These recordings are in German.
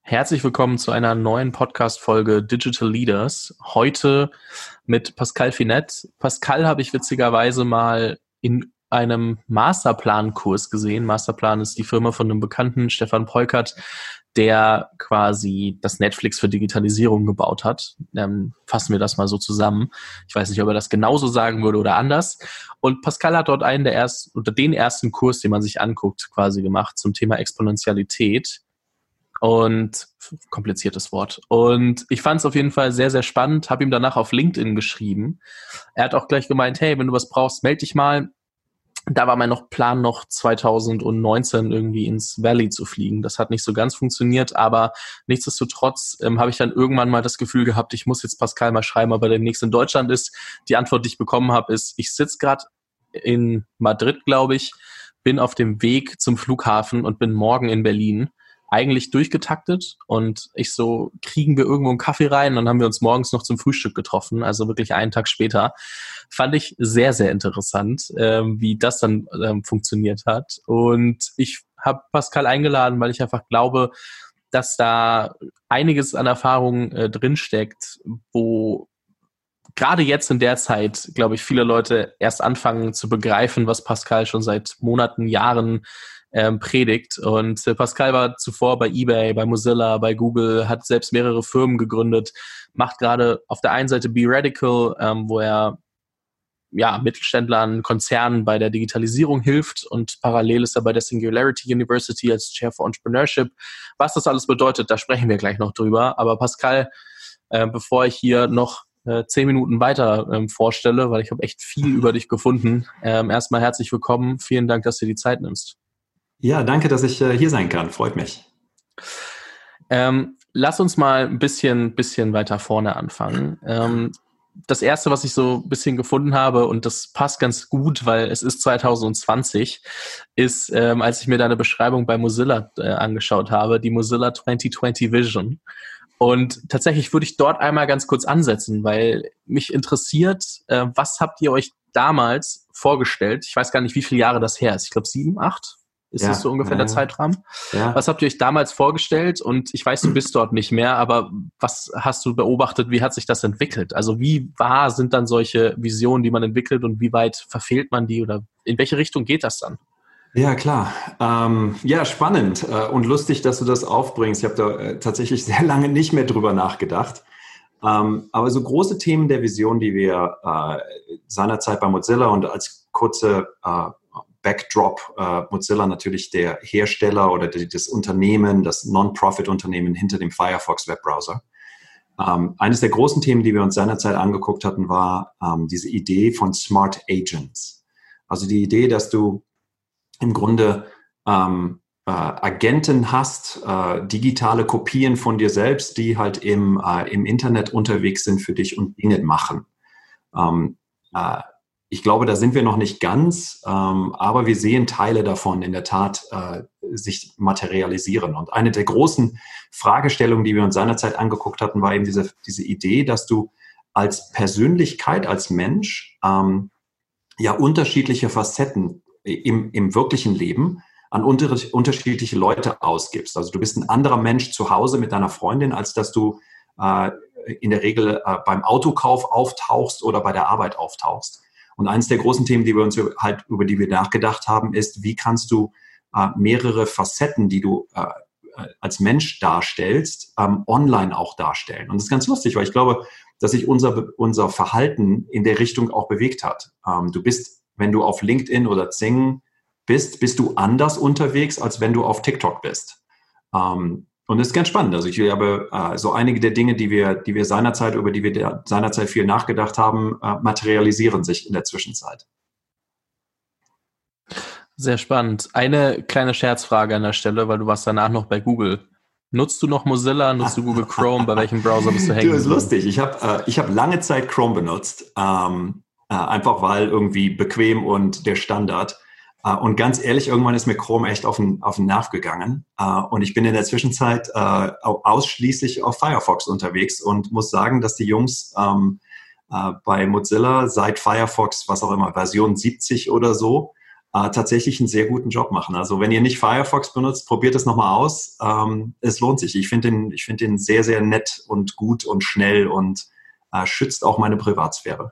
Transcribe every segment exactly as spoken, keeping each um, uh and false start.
Herzlich willkommen zu einer neuen Podcast-Folge Digital Leaders. Heute mit Pascal Finette. Pascal habe ich witzigerweise mal in einem Masterplan-Kurs gesehen. Masterplan ist die Firma von einem Bekannten, Stefan Peukert, der quasi das Netflix für Digitalisierung gebaut hat. Ähm, fassen wir das mal so zusammen. Ich weiß nicht, ob er das genauso sagen würde oder anders. Und Pascal hat dort einen der ersten, oder den ersten Kurs, den man sich anguckt, quasi gemacht zum Thema Exponentialität. Und kompliziertes Wort. Und ich fand es auf jeden Fall sehr, sehr spannend, habe ihm danach auf LinkedIn geschrieben. Er hat auch gleich gemeint, hey, wenn du was brauchst, melde dich mal. Da war mein noch Plan, noch zwanzig neunzehn irgendwie ins Valley zu fliegen. Das hat nicht so ganz funktioniert, aber nichtsdestotrotz ähm, habe ich dann irgendwann mal das Gefühl gehabt, ich muss jetzt Pascal mal schreiben, ob er demnächst in Deutschland ist. Die Antwort, die ich bekommen habe, ist, ich sitze gerade in Madrid, glaube ich, bin auf dem Weg zum Flughafen und bin morgen in Berlin. Eigentlich durchgetaktet und ich so, kriegen wir irgendwo einen Kaffee rein? Und dann haben wir uns morgens noch zum Frühstück getroffen, also wirklich einen Tag später. Fand ich sehr, sehr interessant, ähm, wie das dann ähm, funktioniert hat. Und ich habe Pascal eingeladen, weil ich einfach glaube, dass da einiges an Erfahrung äh, drinsteckt, wo gerade jetzt in der Zeit, glaube ich, viele Leute erst anfangen zu begreifen, was Pascal schon seit Monaten, Jahren ähm, predigt. Und äh, Pascal war zuvor bei eBay, bei Mozilla, bei Google, hat selbst mehrere Firmen gegründet, macht gerade auf der einen Seite B-Radical, ähm, wo er ja, Mittelständlern, Konzernen bei der Digitalisierung hilft, und parallel ist er bei der Singularity University als Chair for Entrepreneurship. Was das alles bedeutet, da sprechen wir gleich noch drüber. Aber Pascal, äh, bevor ich hier noch äh, zehn Minuten weiter ähm, vorstelle, weil ich habe echt viel über dich gefunden. Ähm, erstmal herzlich willkommen. Vielen Dank, dass du dir die Zeit nimmst. Ja, danke, dass ich äh, hier sein kann. Freut mich. Ähm, lass uns mal ein bisschen, bisschen weiter vorne anfangen. Ähm, das erste, was ich so ein bisschen gefunden habe, und das passt ganz gut, weil es ist zwanzig zwanzig, ist, ähm, als ich mir deine Beschreibung bei Mozilla äh, angeschaut habe, die Mozilla zwanzig zwanzig Vision. Und tatsächlich würde ich dort einmal ganz kurz ansetzen, weil mich interessiert, äh, was habt ihr euch damals vorgestellt? Ich weiß gar nicht, wie viele Jahre das her ist. Ich glaube sieben, acht? Ist Ja, das so ungefähr ja, der Zeitrahmen? ja. Was habt ihr euch damals vorgestellt? Und ich weiß, du bist dort nicht mehr, aber was hast du beobachtet? Wie hat sich das entwickelt? Also wie wahr sind dann solche Visionen, die man entwickelt, und wie weit verfehlt man die, oder in welche Richtung geht das dann? Ja, klar. Ähm, ja, spannend äh, und lustig, dass du das aufbringst. Ich habe da äh, tatsächlich sehr lange nicht mehr drüber nachgedacht. Ähm, aber so große Themen der Vision, die wir äh, seinerzeit bei Mozilla, und als kurze äh, Backdrop, äh, Mozilla natürlich der Hersteller oder die, das Unternehmen, das Non-Profit-Unternehmen hinter dem Firefox Webbrowser. Ähm, eines der großen Themen, die wir uns seinerzeit angeguckt hatten, war ähm, diese Idee von Smart Agents. Also die Idee, dass du im Grunde ähm, äh, Agenten hast, äh, digitale Kopien von dir selbst, die halt im, äh, im Internet unterwegs sind für dich und Dinge machen. Ähm, äh, Ich glaube, da sind wir noch nicht ganz, ähm, aber wir sehen Teile davon in der Tat äh, sich materialisieren. Und eine der großen Fragestellungen, die wir uns seinerzeit angeguckt hatten, war eben diese, diese Idee, dass du als Persönlichkeit, als Mensch, ähm, ja unterschiedliche Facetten im, im wirklichen Leben an unter, unterschiedliche Leute ausgibst. Also du bist ein anderer Mensch zu Hause mit deiner Freundin, als dass du äh, in der Regel äh, beim Autokauf auftauchst oder bei der Arbeit auftauchst. Und eines der großen Themen, die wir uns halt, über die wir nachgedacht haben, ist, wie kannst du äh, mehrere Facetten, die du äh, als Mensch darstellst, ähm, online auch darstellen. Und das ist ganz lustig, weil ich glaube, dass sich unser, unser Verhalten in der Richtung auch bewegt hat. Ähm, du bist, wenn du auf LinkedIn oder Xing bist, bist du anders unterwegs, als wenn du auf TikTok bist. Ähm, Und das ist ganz spannend. Also ich habe äh, so einige der Dinge, die wir, die wir seinerzeit, über die wir der, seinerzeit viel nachgedacht haben, äh, materialisieren sich in der Zwischenzeit. Sehr spannend. Eine kleine Scherzfrage an der Stelle, weil du warst danach noch bei Google. Nutzt du noch Mozilla? Nutzt du Google Chrome? Bei welchem Browser bist du hängen? Du, ist lustig. Ich habe äh, ich hab lange Zeit Chrome benutzt, ähm, äh, einfach weil irgendwie bequem und der Standard. Und ganz ehrlich, irgendwann ist mir Chrome echt auf den, auf den Nerv gegangen. Und ich bin in der Zwischenzeit äh, ausschließlich auf Firefox unterwegs und muss sagen, dass die Jungs ähm, äh, bei Mozilla seit Firefox, was auch immer, Version siebzig oder so, äh, tatsächlich einen sehr guten Job machen. Also wenn ihr nicht Firefox benutzt, probiert es nochmal aus. Ähm, es lohnt sich. Ich finde den, ich finde den sehr, sehr nett und gut und schnell und äh, schützt auch meine Privatsphäre.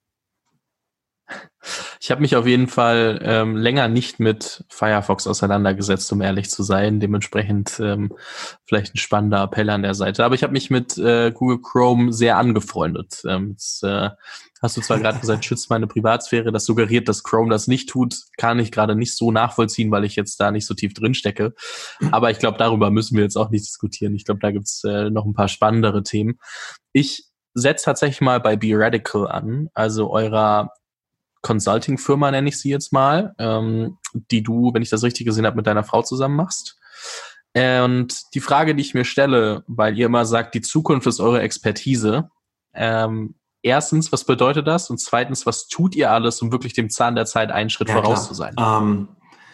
Ich habe mich auf jeden Fall ähm, länger nicht mit Firefox auseinandergesetzt, um ehrlich zu sein. Dementsprechend ähm, vielleicht ein spannender Appell an der Seite. Aber ich habe mich mit äh, Google Chrome sehr angefreundet. Ähm, jetzt, äh, hast du zwar gerade gesagt, schützt meine Privatsphäre. Das suggeriert, dass Chrome das nicht tut, kann ich gerade nicht so nachvollziehen, weil ich jetzt da nicht so tief drin stecke. Aber ich glaube, darüber müssen wir jetzt auch nicht diskutieren. Ich glaube, da gibt's äh, noch ein paar spannendere Themen. Ich setze tatsächlich mal bei BeRadical an, also eurer Consulting-Firma, nenne ich sie jetzt mal, ähm, die du, wenn ich das richtig gesehen habe, mit deiner Frau zusammen machst. Und die Frage, die ich mir stelle, weil ihr immer sagt, die Zukunft ist eure Expertise. Ähm, erstens, was bedeutet das? Und zweitens, was tut ihr alles, um wirklich dem Zahn der Zeit einen Schritt Ja, voraus klar. zu sein? Ähm,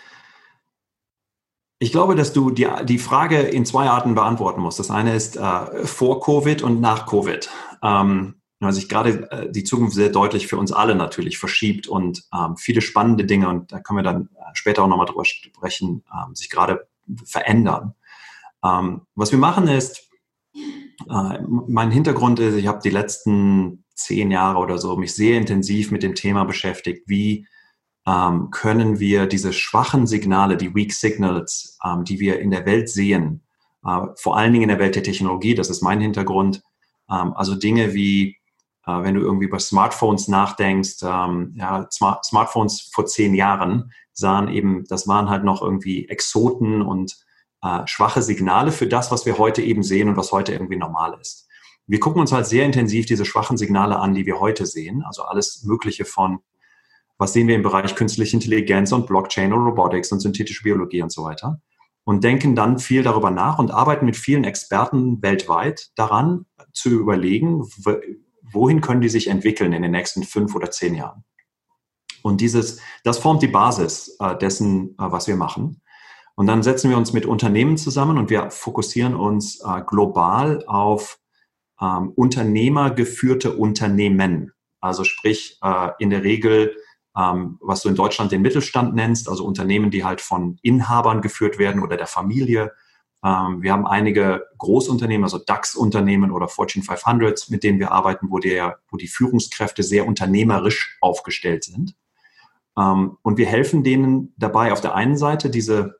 ich glaube, dass du die, die Frage in zwei Arten beantworten musst. Das eine ist äh, vor Covid und nach Covid. Ähm, weil sich gerade äh, die Zukunft sehr deutlich für uns alle natürlich verschiebt und ähm, viele spannende Dinge, und da können wir dann später auch nochmal drüber sprechen, ähm, sich gerade verändern. Ähm, was wir machen ist, äh, mein Hintergrund ist, ich habe die letzten zehn Jahre oder so mich sehr intensiv mit dem Thema beschäftigt, wie ähm, können wir diese schwachen Signale, die Weak Signals, ähm, die wir in der Welt sehen, äh, vor allen Dingen in der Welt der Technologie, das ist mein Hintergrund, ähm, also Dinge wie wenn du irgendwie über Smartphones nachdenkst, ähm, ja, Smart- Smartphones vor zehn Jahren sahen eben, das waren halt noch irgendwie Exoten und äh, schwache Signale für das, was wir heute eben sehen und was heute irgendwie normal ist. Wir gucken uns halt sehr intensiv diese schwachen Signale an, die wir heute sehen, also alles Mögliche von, was sehen wir im Bereich künstliche Intelligenz und Blockchain und Robotics und synthetische Biologie und so weiter, und denken dann viel darüber nach und arbeiten mit vielen Experten weltweit daran, zu überlegen, wohin können die sich entwickeln in den nächsten fünf oder zehn Jahren? Und dieses, das formt die Basis äh, dessen, äh, was wir machen. Und dann setzen wir uns mit Unternehmen zusammen und wir fokussieren uns äh, global auf ähm, unternehmergeführte Unternehmen. Also sprich, äh, in der Regel, ähm, was du in Deutschland den Mittelstand nennst, also Unternehmen, die halt von Inhabern geführt werden oder der Familie. Wir haben einige Großunternehmen, also DAX-Unternehmen oder Fortune fünfhundert, mit denen wir arbeiten, wo, der, wo die Führungskräfte sehr unternehmerisch aufgestellt sind. Und wir helfen denen dabei, auf der einen Seite diese,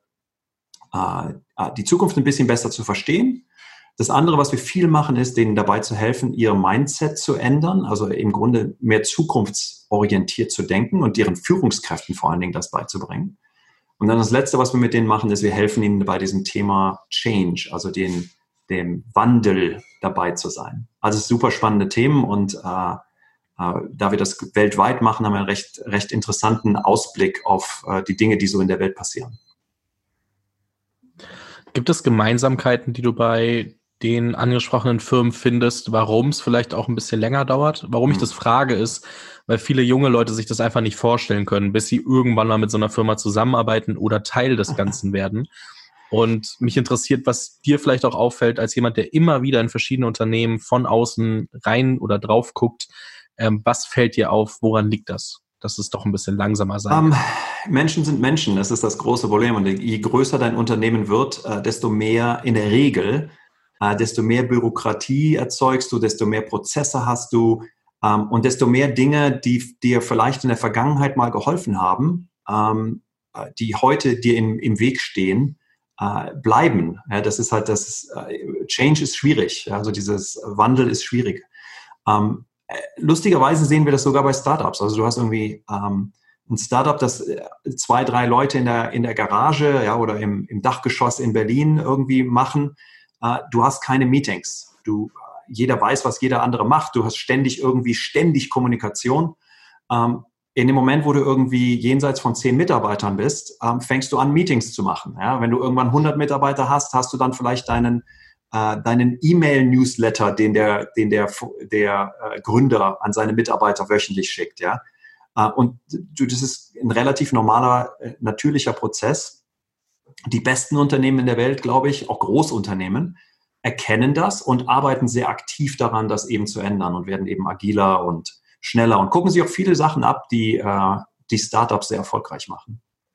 die Zukunft ein bisschen besser zu verstehen. Das andere, was wir viel machen, ist, denen dabei zu helfen, ihr Mindset zu ändern, also im Grunde mehr zukunftsorientiert zu denken und deren Führungskräften vor allen Dingen das beizubringen. Und dann das Letzte, was wir mit denen machen, ist, wir helfen ihnen bei diesem Thema Change, also den, dem Wandel dabei zu sein. Also super spannende Themen, und äh, äh, da wir das weltweit machen, haben wir einen recht, recht interessanten Ausblick auf äh, die Dinge, die so in der Welt passieren. Gibt es Gemeinsamkeiten, die du bei den angesprochenen Firmen findest, warum es vielleicht auch ein bisschen länger dauert? Warum ich das frage, ist, weil viele junge Leute sich das einfach nicht vorstellen können, bis sie irgendwann mal mit so einer Firma zusammenarbeiten oder Teil des Ganzen werden. Und mich interessiert, was dir vielleicht auch auffällt, als jemand, der immer wieder in verschiedene Unternehmen von außen rein oder drauf guckt. Ähm, was fällt dir auf? Woran liegt das? Dass es doch ein bisschen langsamer sein um, Menschen sind Menschen, das ist das große Problem. Und je größer dein Unternehmen wird, äh, desto mehr in der Regel, äh, desto mehr Bürokratie erzeugst du, desto mehr Prozesse hast du, ähm, und desto mehr Dinge, die dir vielleicht in der Vergangenheit mal geholfen haben, ähm, die heute dir im, im Weg stehen, äh, bleiben. Ja, das ist halt, das ist, äh, Change ist schwierig. Also dieses Wandel ist schwierig. Ähm, Lustigerweise sehen wir das sogar bei Startups. Also du hast irgendwie ähm, ein Startup, das zwei, drei Leute in der, in der Garage, ja, oder im, im Dachgeschoss in Berlin irgendwie machen. Äh, du hast keine Meetings. Du, jeder weiß, was jeder andere macht. Du hast ständig irgendwie, ständig Kommunikation. Ähm, in dem Moment, wo du irgendwie jenseits von zehn Mitarbeitern bist, ähm, fängst du an, Meetings zu machen. Ja? Wenn du irgendwann hundert Mitarbeiter hast, hast du dann vielleicht deinen deinen E-Mail-Newsletter, den der, den der, der äh, Gründer an seine Mitarbeiter wöchentlich schickt, ja. Äh, und du, das ist ein relativ normaler, äh, natürlicher Prozess. Die besten Unternehmen in der Welt, glaube ich, auch Großunternehmen, erkennen das und arbeiten sehr aktiv daran, das eben zu ändern, und werden eben agiler und schneller und gucken sich auch viele Sachen ab, die, äh, die Startups sehr erfolgreich machen.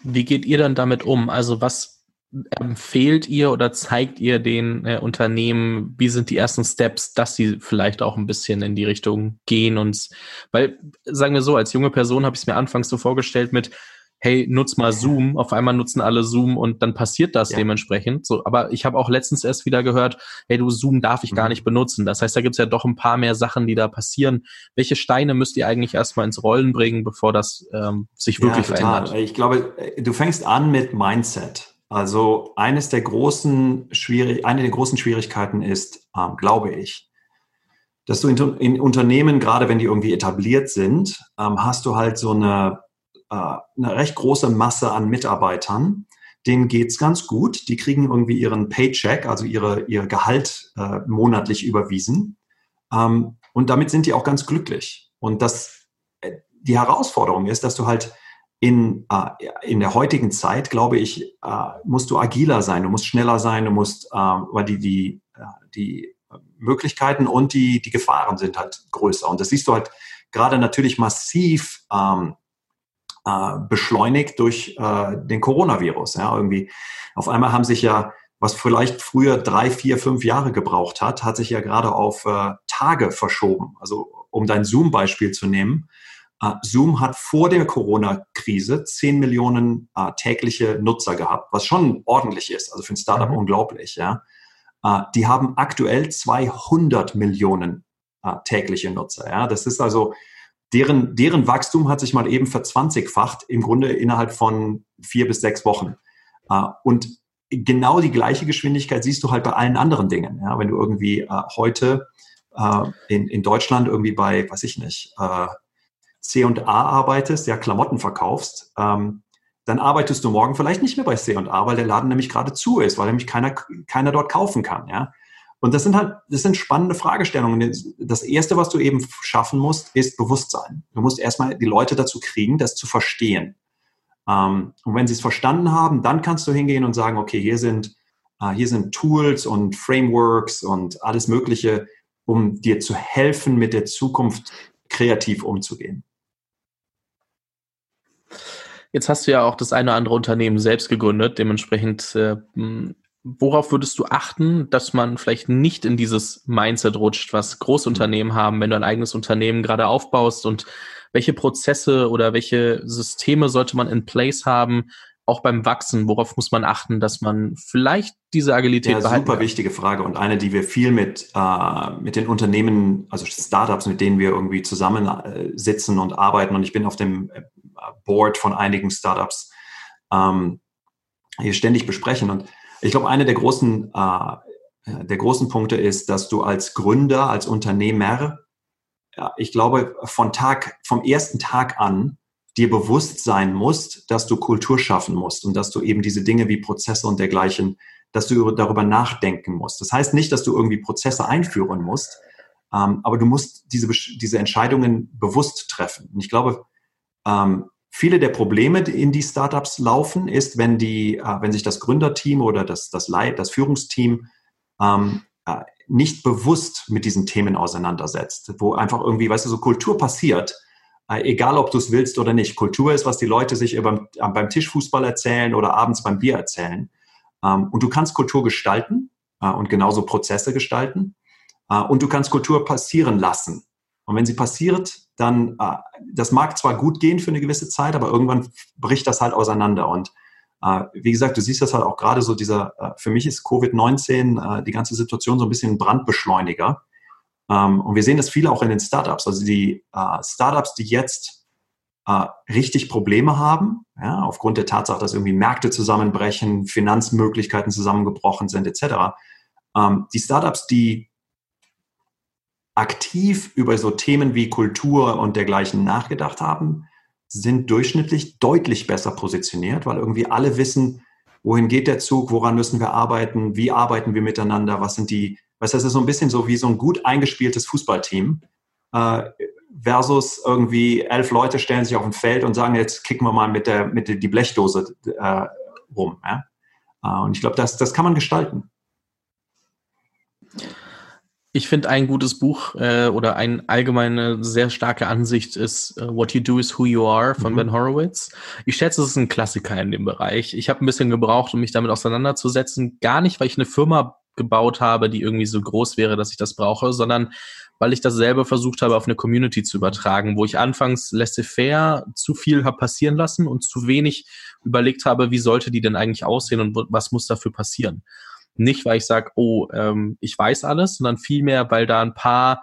Wie geht ihr dann damit um? Also was empfehlt ihr oder zeigt ihr den äh, Unternehmen, wie sind die ersten Steps, dass sie vielleicht auch ein bisschen in die Richtung gehen? Und weil, sagen wir so, als junge Person habe ich es mir anfangs so vorgestellt mit, hey, nutz mal Zoom, auf einmal nutzen alle Zoom und dann passiert das Ja. dementsprechend. So, aber ich habe auch letztens erst wieder gehört, hey, du, Zoom darf ich Mhm. gar nicht benutzen. Das heißt, da gibt's ja doch ein paar mehr Sachen, die da passieren. Welche Steine müsst ihr eigentlich erstmal ins Rollen bringen, bevor das ähm, sich Ja, wirklich total. verändert? Ich glaube, du fängst an mit Mindset. Also eines der großen schwierig, eine der großen Schwierigkeiten ist, ähm, glaube ich, dass du in, in Unternehmen, gerade wenn die irgendwie etabliert sind, ähm, hast du halt so eine, äh, eine recht große Masse an Mitarbeitern. Denen geht's ganz gut. Die kriegen irgendwie ihren Paycheck, also ihre, ihr Gehalt äh, monatlich überwiesen. Ähm, und damit sind die auch ganz glücklich. Und das, äh, die Herausforderung ist, dass du halt in, äh, in der heutigen Zeit, glaube ich, äh, musst du agiler sein, du musst schneller sein, du musst, äh, weil die, die, äh, die Möglichkeiten und die, die Gefahren sind halt größer. Und das siehst du halt gerade natürlich massiv ähm, äh, beschleunigt durch äh, den Coronavirus. Ja, irgendwie auf einmal haben sich ja, was vielleicht früher drei, vier, fünf Jahre gebraucht hat, hat sich ja gerade auf äh, Tage verschoben. Also um dein Zoom-Beispiel zu nehmen. Uh, Zoom hat vor der Corona-Krise zehn Millionen uh, tägliche Nutzer gehabt, was schon ordentlich ist, also für ein Startup mhm. unglaublich. Ja. Uh, die haben aktuell zweihundert Millionen uh, tägliche Nutzer. Ja. Das ist also, deren, deren Wachstum hat sich mal eben verzwanzigfacht, im Grunde innerhalb von vier bis sechs Wochen. Uh, und genau die gleiche Geschwindigkeit siehst du halt bei allen anderen Dingen. Ja. Wenn du irgendwie uh, heute uh, in, in Deutschland irgendwie bei, weiß ich nicht, uh, C und A arbeitest, ja, Klamotten verkaufst, ähm, dann arbeitest du morgen vielleicht nicht mehr bei C und A, weil der Laden nämlich gerade zu ist, weil nämlich keiner, keiner dort kaufen kann, ja. Und das sind halt, das sind spannende Fragestellungen. Das Erste, was du eben schaffen musst, ist Bewusstsein. Du musst erstmal die Leute dazu kriegen, das zu verstehen. Ähm, und wenn sie es verstanden haben, dann kannst du hingehen und sagen, okay, hier sind, äh, hier sind Tools und Frameworks und alles Mögliche, um dir zu helfen, mit der Zukunft kreativ umzugehen. Jetzt hast du ja auch das eine oder andere Unternehmen selbst gegründet. Dementsprechend, äh, worauf würdest du achten, dass man vielleicht nicht in dieses Mindset rutscht, was Großunternehmen mhm. haben, wenn du ein eigenes Unternehmen gerade aufbaust? Und welche Prozesse oder welche Systeme sollte man in place haben, auch beim Wachsen? Worauf muss man achten, dass man vielleicht diese Agilität ja, behalten super kann? Wichtige Frage und eine, die wir viel mit, äh, mit den Unternehmen, also Startups, mit denen wir irgendwie zusammensitzen und arbeiten. Und ich bin auf dem Board von einigen Startups ähm, hier ständig besprechen. Und ich glaube, eine der großen, äh, der großen Punkte ist, dass du als Gründer, als Unternehmer, ja, ich glaube, von Tag, vom ersten Tag an dir bewusst sein musst, dass du Kultur schaffen musst und dass du eben diese Dinge wie Prozesse und dergleichen, dass du darüber nachdenken musst. Das heißt nicht, dass du irgendwie Prozesse einführen musst, ähm, aber du musst diese, diese Entscheidungen bewusst treffen. Und ich glaube, ähm, viele der Probleme, die in die Startups laufen, ist, wenn die, äh, wenn sich das Gründerteam oder das, das, Leit, das Führungsteam ähm, äh, nicht bewusst mit diesen Themen auseinandersetzt, wo einfach irgendwie, weißt du, so Kultur passiert, äh, egal ob du es willst oder nicht. Kultur ist, was die Leute sich beim, äh, beim Tischfußball erzählen oder abends beim Bier erzählen. Ähm, und du kannst Kultur gestalten äh, und genauso Prozesse gestalten. Äh, und du kannst Kultur passieren lassen. Und wenn sie passiert, dann, äh, das mag zwar gut gehen für eine gewisse Zeit, aber irgendwann bricht das halt auseinander. Und äh, wie gesagt, du siehst das halt auch gerade so dieser, äh, für mich ist Covid neunzehn, äh, die ganze Situation so ein bisschen ein Brandbeschleuniger. Ähm, und wir sehen das viele auch in den Startups. Also die äh, Startups, die jetzt äh, richtig Probleme haben, ja, aufgrund der Tatsache, dass irgendwie Märkte zusammenbrechen, Finanzmöglichkeiten zusammengebrochen sind, et cetera. Ähm, die Startups, die aktiv über so Themen wie Kultur und dergleichen nachgedacht haben, sind durchschnittlich deutlich besser positioniert, weil irgendwie alle wissen, wohin geht der Zug, woran müssen wir arbeiten, wie arbeiten wir miteinander, was sind die, was das ist so ein bisschen so wie so ein gut eingespieltes Fußballteam äh, versus irgendwie elf Leute stellen sich auf ein Feld und sagen, jetzt kicken wir mal mit der, mit der die Blechdose äh, rum. Ja? Äh, und ich glaube, das, das kann man gestalten. Ich finde, ein gutes Buch äh, oder eine allgemeine sehr starke Ansicht ist uh, What You Do Is Who You Are von mhm. Ben Horowitz. Ich schätze, es ist ein Klassiker in dem Bereich. Ich habe ein bisschen gebraucht, um mich damit auseinanderzusetzen. Gar nicht, weil ich eine Firma gebaut habe, die irgendwie so groß wäre, dass ich das brauche, sondern weil ich dasselbe versucht habe, auf eine Community zu übertragen, wo ich anfangs laissez-faire zu viel habe passieren lassen und zu wenig überlegt habe, wie sollte die denn eigentlich aussehen und was muss dafür passieren. Nicht, weil ich sage, oh, ähm, ich weiß alles, sondern vielmehr, weil da ein paar,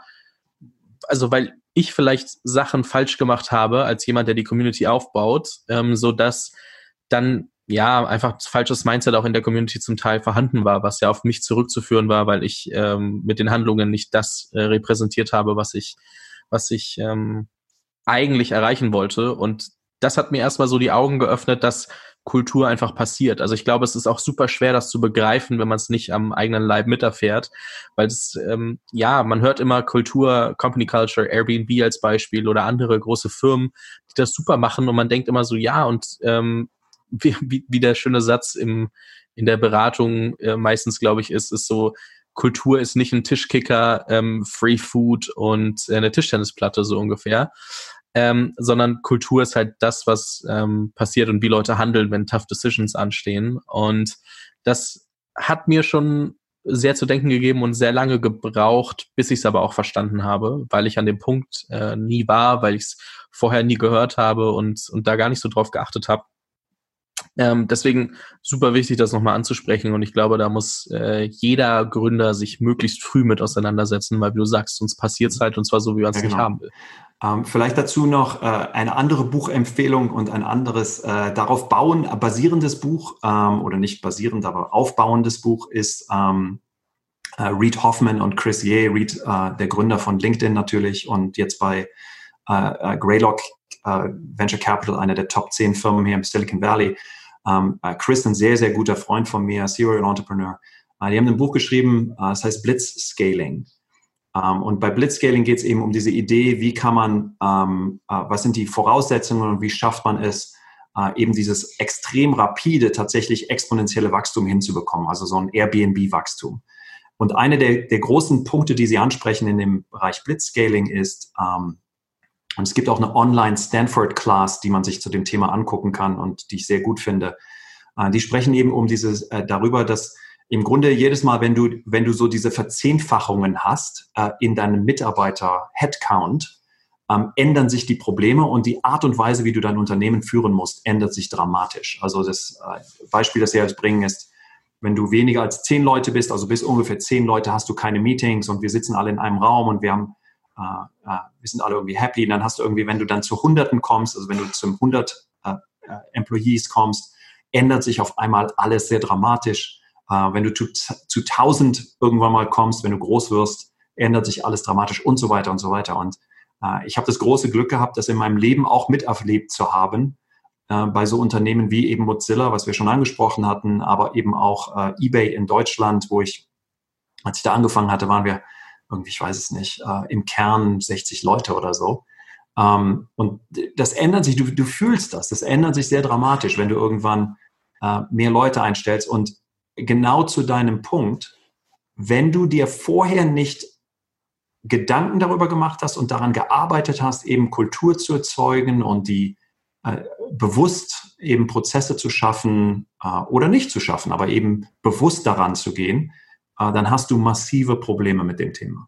also weil ich vielleicht Sachen falsch gemacht habe, als jemand, der die Community aufbaut, ähm, so dass dann ja einfach falsches Mindset auch in der Community zum Teil vorhanden war, was ja auf mich zurückzuführen war, weil ich ähm, mit den Handlungen nicht das äh, repräsentiert habe, was ich, was ich ähm, eigentlich erreichen wollte. Und das hat mir erstmal so die Augen geöffnet, dass Kultur einfach passiert. Also ich glaube, es ist auch super schwer, das zu begreifen, wenn man es nicht am eigenen Leib miterfährt, weil es, ähm, ja, man hört immer Kultur, Company Culture, Airbnb als Beispiel oder andere große Firmen, die das super machen und man denkt immer so, ja, und ähm, wie, wie, wie der schöne Satz im, in der Beratung äh, meistens, glaube ich, ist, ist so, Kultur ist nicht ein Tischkicker, ähm, Free Food und äh, eine Tischtennisplatte so ungefähr. Ähm, sondern Kultur ist halt das, was ähm, passiert und wie Leute handeln, wenn Tough Decisions anstehen. Und das hat mir schon sehr zu denken gegeben und sehr lange gebraucht, bis ich es aber auch verstanden habe, weil ich an dem Punkt äh, nie war, weil ich es vorher nie gehört habe und, und da gar nicht so drauf geachtet habe. Ähm, deswegen super wichtig, das nochmal anzusprechen und ich glaube, da muss äh, jeder Gründer sich möglichst früh mit auseinandersetzen, weil wie du sagst, sonst passiert es halt und zwar so, wie man es ja, genau. nicht haben will. Ähm, vielleicht dazu noch äh, eine andere Buchempfehlung und ein anderes äh, darauf bauen, basierendes Buch ähm, oder nicht basierend, aber aufbauendes Buch ist ähm, äh, Reid Hoffman und Chris Ye, Reid, äh, der Gründer von LinkedIn natürlich und jetzt bei äh, Greylock äh, Venture Capital, einer der Top zehn Firmen hier im Silicon Valley. Ähm, äh, Chris, ein sehr, sehr guter Freund von mir, Serial Entrepreneur. Äh, die haben ein Buch geschrieben, äh, das heißt Blitzscaling. Um, und bei Blitzscaling geht es eben um diese Idee, wie kann man, um, uh, was sind die Voraussetzungen und wie schafft man es, uh, eben dieses extrem rapide, tatsächlich exponentielle Wachstum hinzubekommen, also so ein Airbnb-Wachstum. Und eine der, der großen Punkte, die Sie ansprechen in dem Bereich Blitzscaling ist, um, und es gibt auch eine Online-Stanford-Class, die man sich zu dem Thema angucken kann und die ich sehr gut finde, uh, die sprechen eben um dieses, uh, darüber, dass im Grunde jedes Mal, wenn du, wenn du so diese Verzehnfachungen hast äh, in deinem Mitarbeiter-Headcount, ähm, ändern sich die Probleme und die Art und Weise, wie du dein Unternehmen führen musst, ändert sich dramatisch. Also das äh, Beispiel, das wir jetzt bringen, ist, wenn du weniger als zehn Leute bist, also bis ungefähr zehn Leute, hast du keine Meetings und wir sitzen alle in einem Raum und wir haben, äh, äh, wir sind alle irgendwie happy. Und dann hast du irgendwie, wenn du dann zu Hunderten kommst, also wenn du zum hundert äh, äh, Employees kommst, ändert sich auf einmal alles sehr dramatisch. Uh, wenn du zu, zu tausend irgendwann mal kommst, wenn du groß wirst, ändert sich alles dramatisch und so weiter und so weiter. Und uh, ich habe das große Glück gehabt, das in meinem Leben auch miterlebt zu haben, uh, bei so Unternehmen wie eben Mozilla, was wir schon angesprochen hatten, aber eben auch uh, eBay in Deutschland, wo ich, als ich da angefangen hatte, waren wir irgendwie, ich weiß es nicht, uh, im Kern sechzig Leute oder so. Um, und das ändert sich, du, du fühlst das, das ändert sich sehr dramatisch, wenn du irgendwann uh, mehr Leute einstellst und genau zu deinem Punkt, wenn du dir vorher nicht Gedanken darüber gemacht hast und daran gearbeitet hast, eben Kultur zu erzeugen und die äh, bewusst eben Prozesse zu schaffen äh, oder nicht zu schaffen, aber eben bewusst daran zu gehen, äh, dann hast du massive Probleme mit dem Thema.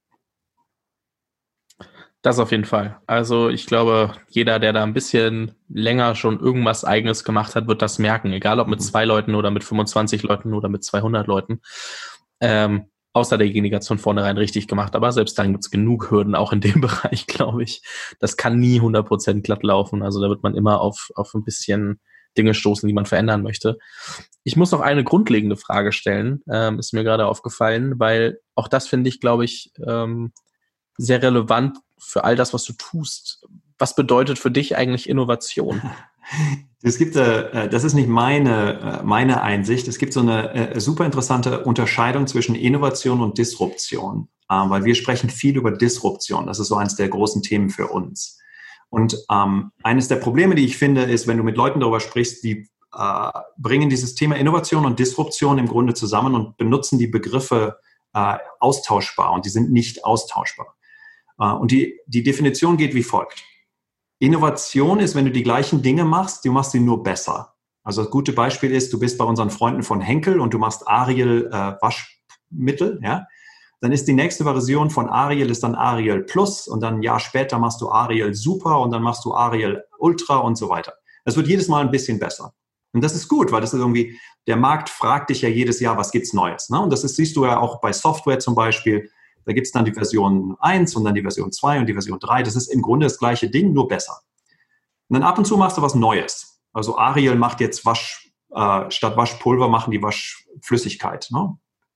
Das auf jeden Fall. Also ich glaube, jeder, der da ein bisschen länger schon irgendwas Eigenes gemacht hat, wird das merken. Egal ob mit zwei Leuten oder mit fünfundzwanzig Leuten oder mit zweihundert Leuten. Ähm, außer derjenige hat es von vornherein richtig gemacht. Aber selbst dann gibt es genug Hürden, auch in dem Bereich, glaube ich. Das kann nie hundert Prozent glatt laufen. Also da wird man immer auf, auf ein bisschen Dinge stoßen, die man verändern möchte. Ich muss noch eine grundlegende Frage stellen. Ähm, ist mir gerade aufgefallen, weil auch das finde ich, glaube ich, ähm, sehr relevant für all das, was du tust. Was bedeutet für dich eigentlich Innovation? Es gibt, äh, das ist nicht meine, meine Einsicht. Es gibt so eine äh, super interessante Unterscheidung zwischen Innovation und Disruption, äh, weil wir sprechen viel über Disruption. Das ist so eines der großen Themen für uns. Und ähm, eines der Probleme, die ich finde, ist, wenn du mit Leuten darüber sprichst, die äh, bringen dieses Thema Innovation und Disruption im Grunde zusammen und benutzen die Begriffe äh, austauschbar und die sind nicht austauschbar. Äh, und die, die Definition geht wie folgt. Innovation ist, wenn du die gleichen Dinge machst, du machst sie nur besser. Also das gute Beispiel ist, du bist bei unseren Freunden von Henkel und du machst Ariel äh, Waschmittel, ja. Dann ist die nächste Version von Ariel ist dann Ariel Plus und dann ein Jahr später machst du Ariel Super und dann machst du Ariel Ultra und so weiter. Das wird jedes Mal ein bisschen besser. Und das ist gut, weil das ist irgendwie, der Markt fragt dich ja jedes Jahr, was gibt's Neues, ne? Und das ist, siehst du ja auch bei Software zum Beispiel. Da gibt's dann die Version eins und dann die Version zwei und die Version drei. Das ist im Grunde das gleiche Ding, nur besser. Und dann ab und zu machst du was Neues. Also Ariel macht jetzt Wasch, äh, statt Waschpulver machen die Waschflüssigkeit, ne?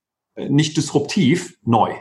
Nicht disruptiv, neu.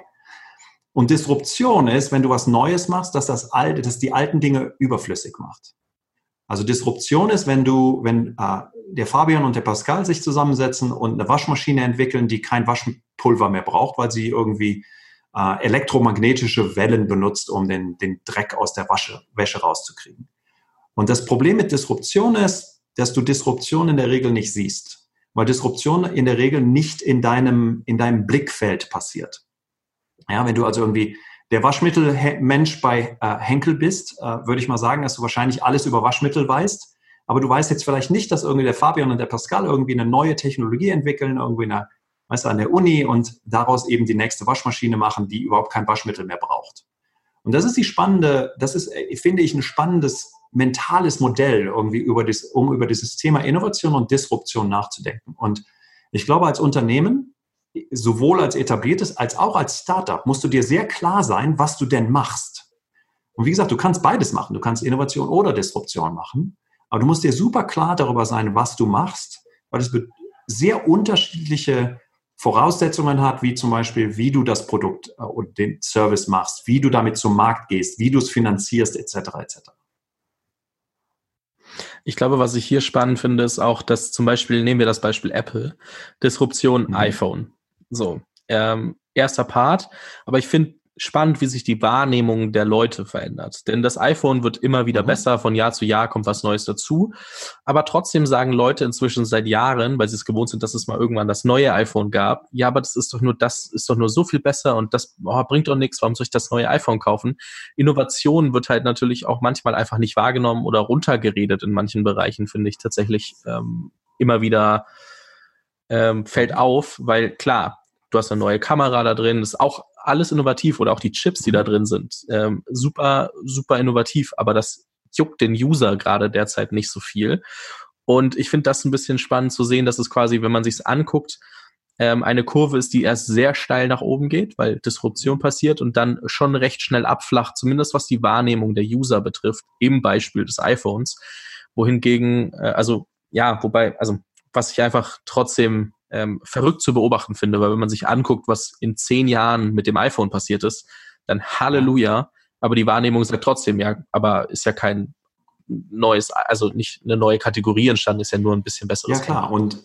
Und Disruption ist, wenn du was Neues machst, dass das alte, dass die alten Dinge überflüssig macht. Also Disruption ist, wenn du, wenn äh, der Fabian und der Pascal sich zusammensetzen und eine Waschmaschine entwickeln, die kein Waschpulver mehr braucht, weil sie irgendwie äh, elektromagnetische Wellen benutzt, um den, den Dreck aus der Wasche, Wäsche rauszukriegen. Und das Problem mit Disruption ist, dass du Disruption in der Regel nicht siehst. Weil Disruption in der Regel nicht in deinem, in deinem Blickfeld passiert. Ja, wenn du also irgendwie der Waschmittelmensch bei äh, Henkel bist, äh, würde ich mal sagen, dass du wahrscheinlich alles über Waschmittel weißt. Aber du weißt jetzt vielleicht nicht, dass irgendwie der Fabian und der Pascal irgendwie eine neue Technologie entwickeln, irgendwie eine, weißt du, an der Uni und daraus eben die nächste Waschmaschine machen, die überhaupt kein Waschmittel mehr braucht. Und das ist die spannende, das ist, finde ich, ein spannendes mentales Modell, irgendwie über das, um über dieses Thema Innovation und Disruption nachzudenken. Und ich glaube, als Unternehmen, sowohl als etabliertes als auch als Startup, musst du dir sehr klar sein, was du denn machst. Und wie gesagt, du kannst beides machen. Du kannst Innovation oder Disruption machen. Aber du musst dir super klar darüber sein, was du machst, weil es sehr unterschiedliche Voraussetzungen hat, wie zum Beispiel, wie du das Produkt und den Service machst, wie du damit zum Markt gehst, wie du es finanzierst, et cetera et cetera. Ich glaube, was ich hier spannend finde, ist auch, dass zum Beispiel, nehmen wir das Beispiel Apple, Disruption mhm. iPhone. So, ähm, erster Part. Aber ich finde spannend, wie sich die Wahrnehmung der Leute verändert. Denn das iPhone wird immer wieder mhm. besser, von Jahr zu Jahr kommt was Neues dazu. Aber trotzdem sagen Leute inzwischen seit Jahren, weil sie es gewohnt sind, dass es mal irgendwann das neue iPhone gab, ja, aber das ist doch nur, das ist doch nur so viel besser und das oh, bringt doch nichts, warum soll ich das neue iPhone kaufen? Innovation wird halt natürlich auch manchmal einfach nicht wahrgenommen oder runtergeredet in manchen Bereichen, finde ich tatsächlich ähm, immer wieder ähm, fällt auf, weil klar, du hast eine neue Kamera da drin, ist auch alles innovativ oder auch die Chips, die da drin sind, ähm, super, super innovativ, aber das juckt den User gerade derzeit nicht so viel. Und ich finde das ein bisschen spannend zu sehen, dass es quasi, wenn man sich es anguckt, ähm, eine Kurve ist, die erst sehr steil nach oben geht, weil Disruption passiert und dann schon recht schnell abflacht, zumindest was die Wahrnehmung der User betrifft, im Beispiel des iPhones, wohingegen, äh, also ja, wobei, also was ich einfach trotzdem ähm, verrückt zu beobachten finde, weil wenn man sich anguckt, was in zehn Jahren mit dem iPhone passiert ist, dann Halleluja, aber die Wahrnehmung sagt trotzdem, ja, aber ist ja kein neues, also nicht eine neue Kategorie entstanden, ist ja nur ein bisschen besseres. Ja, klar, und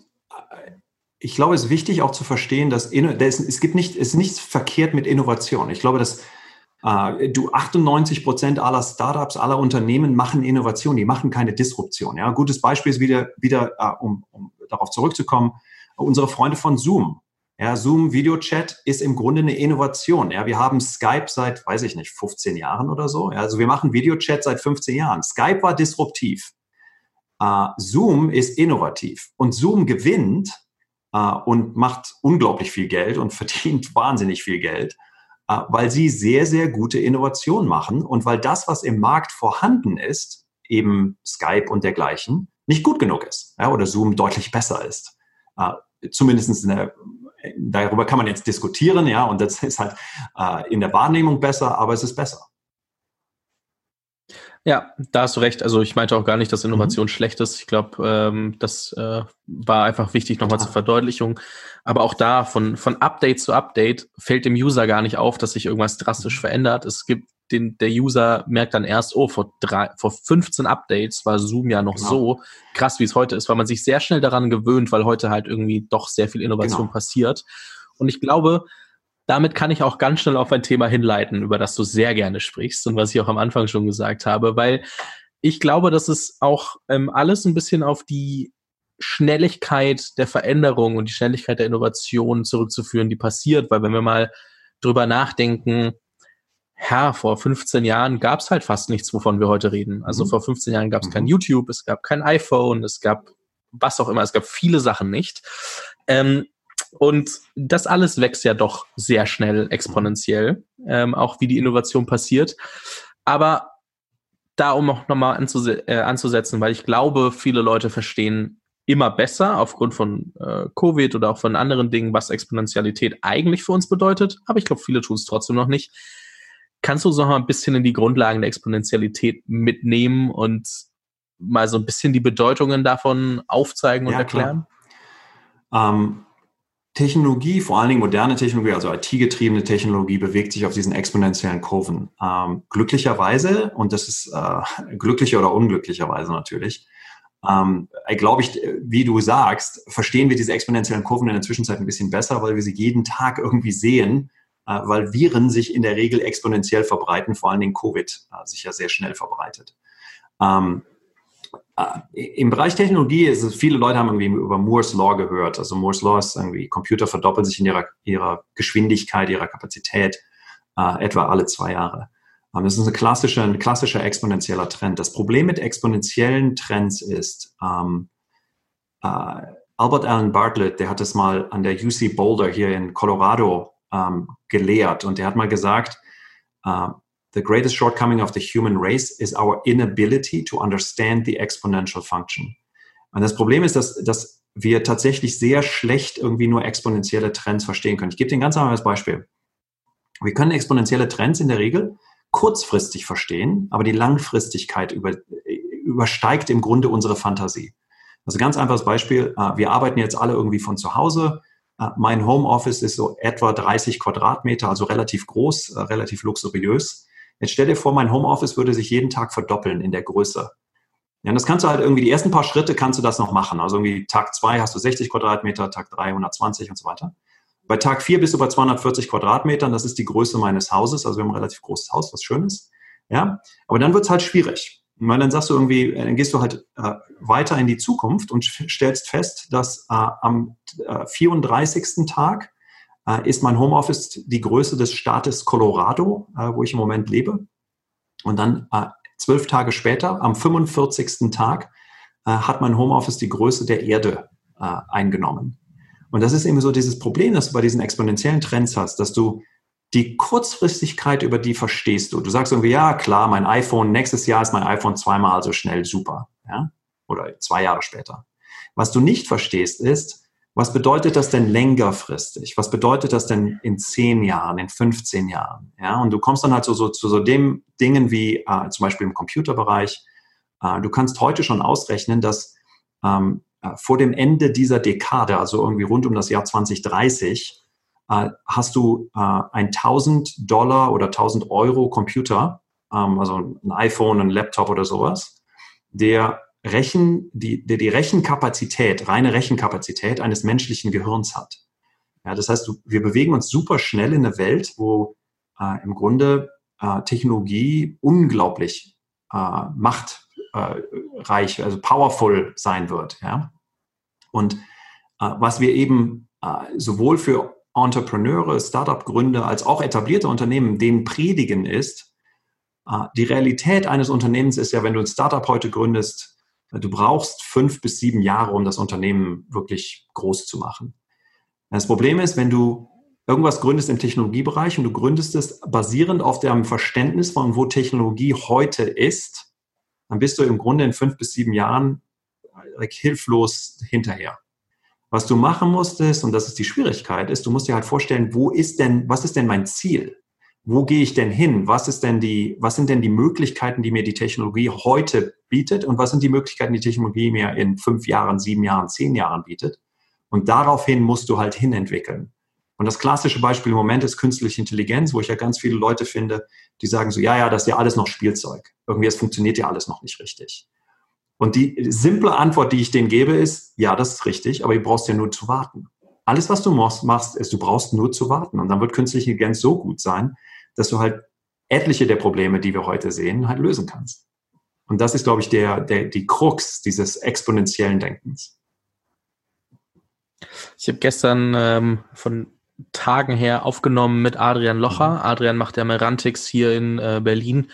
ich glaube, es ist wichtig auch zu verstehen, dass es gibt nicht, es ist nichts verkehrt mit Innovation. Ich glaube, dass äh, du achtundneunzig Prozent aller Startups, aller Unternehmen machen Innovation, die machen keine Disruption. Ja, ein gutes Beispiel ist wieder, wieder äh, um, um darauf zurückzukommen, unsere Freunde von Zoom. Ja, Zoom Videochat ist im Grunde eine Innovation. Ja, wir haben Skype seit, weiß ich nicht, fünfzehn Jahren oder so. Ja, also wir machen Videochat seit fünfzehn Jahren. Skype war disruptiv. Uh, Zoom ist innovativ. Und Zoom gewinnt uh, und macht unglaublich viel Geld und verdient wahnsinnig viel Geld, uh, weil sie sehr, sehr gute Innovation machen und weil das, was im Markt vorhanden ist, eben Skype und dergleichen, nicht gut genug ist. Ja, oder Zoom deutlich besser ist. Uh, zumindest in der, darüber kann man jetzt diskutieren, ja, und das ist halt äh, in der Wahrnehmung besser, aber es ist besser. Ja, da hast du recht. Also ich meinte auch gar nicht, dass Innovation mhm. schlecht ist. Ich glaube, ähm, das äh, war einfach wichtig nochmal zur Verdeutlichung. Aber auch da, von, von Update zu Update, fällt dem User gar nicht auf, dass sich irgendwas drastisch verändert. Es gibt den, der User merkt dann erst, oh, vor drei, vor fünfzehn Updates war Zoom ja noch genau. so krass, wie es heute ist, weil man sich sehr schnell daran gewöhnt, weil heute halt irgendwie doch sehr viel Innovation genau. passiert. Und ich glaube, damit kann ich auch ganz schnell auf ein Thema hinleiten, über das du sehr gerne sprichst und was ich auch am Anfang schon gesagt habe, weil ich glaube, dass es auch ähm, alles ein bisschen auf die Schnelligkeit der Veränderung und die Schnelligkeit der Innovation zurückzuführen, die passiert. Weil wenn wir mal drüber nachdenken, ja, vor fünfzehn Jahren gab es halt fast nichts, wovon wir heute reden. Also mhm. vor fünfzehn Jahren gab es mhm. kein YouTube, es gab kein iPhone, es gab was auch immer, es gab viele Sachen nicht. Ähm, und das alles wächst ja doch sehr schnell exponentiell, ähm, auch wie die Innovation passiert. Aber da, um auch nochmal anzuse- äh, anzusetzen, weil ich glaube, viele Leute verstehen immer besser aufgrund von äh, Covid oder auch von anderen Dingen, was Exponentialität eigentlich für uns bedeutet. Aber ich glaube, viele tun es trotzdem noch nicht. Kannst du so noch mal ein bisschen in die Grundlagen der Exponentialität mitnehmen und mal so ein bisschen die Bedeutungen davon aufzeigen und ja, erklären? Ähm, Technologie, vor allen Dingen moderne Technologie, also I T-getriebene Technologie, bewegt sich auf diesen exponentiellen Kurven. Ähm, glücklicherweise, und das ist äh, glücklicher oder unglücklicherweise natürlich, ähm, glaube ich, wie du sagst, verstehen wir diese exponentiellen Kurven in der Zwischenzeit ein bisschen besser, weil wir sie jeden Tag irgendwie sehen, äh, weil Viren sich in der Regel exponentiell verbreiten, vor allen Dingen Covid äh, sich ja sehr schnell verbreitet. Ähm, Im Bereich Technologie ist es, viele Leute haben irgendwie über Moore's Law gehört. Also Moore's Law ist irgendwie, Computer verdoppeln sich in ihrer, ihrer Geschwindigkeit, ihrer Kapazität äh, etwa alle zwei Jahre. Ähm, das ist eine klassische, ein klassischer exponentieller Trend. Das Problem mit exponentiellen Trends ist, ähm, äh, Albert Allen Bartlett, der hat das mal an der U C Boulder hier in Colorado ähm, gelehrt und der hat mal gesagt, äh, the greatest shortcoming of the human race is our inability to understand the exponential function. Und das Problem ist, dass, dass wir tatsächlich sehr schlecht irgendwie nur exponentielle Trends verstehen können. Ich gebe dir ein ganz einfaches Beispiel. Wir können exponentielle Trends in der Regel kurzfristig verstehen, aber die Langfristigkeit über, übersteigt im Grunde unsere Fantasie. Also ganz einfaches Beispiel. Wir arbeiten jetzt alle irgendwie von zu Hause. Mein Homeoffice ist so etwa dreißig Quadratmeter, also relativ groß, relativ luxuriös. Jetzt stell dir vor, mein Homeoffice würde sich jeden Tag verdoppeln in der Größe. Ja, und das kannst du halt irgendwie, die ersten paar Schritte kannst du das noch machen. Also irgendwie Tag zwei hast du sechzig Quadratmeter, Tag drei hundertzwanzig und so weiter. Bei Tag vier bist du bei zweihundertvierzig Quadratmetern, das ist die Größe meines Hauses. Also wir haben ein relativ großes Haus, was schön ist. Ja, aber dann wird es halt schwierig. Weil dann sagst du irgendwie, dann gehst du halt äh, weiter in die Zukunft und stellst fest, dass äh, am äh, vierunddreißigsten Tag ist mein Homeoffice die Größe des Staates Colorado, äh, wo ich im Moment lebe. Und dann äh, zwölf Tage später, am fünfundvierzigsten Tag, äh, hat mein Homeoffice die Größe der Erde äh, eingenommen. Und das ist eben so dieses Problem, das du bei diesen exponentiellen Trends hast, dass du die Kurzfristigkeit, über die verstehst du. Du sagst irgendwie, ja klar, mein iPhone, nächstes Jahr ist mein iPhone zweimal so schnell, super. Ja? Oder zwei Jahre später. Was du nicht verstehst ist, was bedeutet das denn längerfristig? Was bedeutet das denn in zehn Jahren, in fünfzehn Jahren? Ja, und du kommst dann halt so, so zu so dem Dingen wie äh, zum Beispiel im Computerbereich. Äh, du kannst heute schon ausrechnen, dass ähm, äh, vor dem Ende dieser Dekade, also irgendwie rund um das Jahr zwanzig dreißig, äh, hast du äh, ein tausend Dollar oder tausend Euro Computer, ähm, also ein iPhone, ein Laptop oder sowas, der Rechen, die, die, die Rechenkapazität, reine Rechenkapazität eines menschlichen Gehirns hat. Ja, das heißt, du, wir bewegen uns super schnell in eine Welt, wo äh, im Grunde äh, Technologie unglaublich äh, machtreich, äh, also powerful sein wird. Ja? Und äh, was wir eben äh, sowohl für Entrepreneure, Startup-Gründer als auch etablierte Unternehmen denen predigen ist, äh, die Realität eines Unternehmens ist ja, wenn du ein Startup heute gründest, du brauchst fünf bis sieben Jahre, um das Unternehmen wirklich groß zu machen. Das Problem ist, wenn du irgendwas gründest im Technologiebereich und du gründest es basierend auf dem Verständnis von, wo Technologie heute ist, dann bist du im Grunde in fünf bis sieben Jahren like, hilflos hinterher. Was du machen musst ist, und das ist die Schwierigkeit, ist, du musst dir halt vorstellen, wo ist denn, was ist denn mein Ziel? Wo gehe ich denn hin? Was ist denn die, was sind denn die Möglichkeiten, die mir die Technologie heute bietet? Und was sind die Möglichkeiten, die Technologie mir in fünf Jahren, sieben Jahren, zehn Jahren bietet? Und daraufhin musst du halt hinentwickeln. Und das klassische Beispiel im Moment ist künstliche Intelligenz, wo ich ja ganz viele Leute finde, die sagen so, ja, ja, das ist ja alles noch Spielzeug. Irgendwie, es funktioniert ja alles noch nicht richtig. Und die simple Antwort, die ich denen gebe, ist, ja, das ist richtig, aber du brauchst ja nur zu warten. Alles, was du machst, ist, du brauchst nur zu warten. Und dann wird künstliche Intelligenz so gut sein, dass du halt etliche der Probleme, die wir heute sehen, halt lösen kannst. Und das ist, glaube ich, der, der, die Krux dieses exponentiellen Denkens. Ich habe gestern ähm, von Tagen her aufgenommen mit Adrian Locher. Adrian macht ja Merantix hier in äh, Berlin.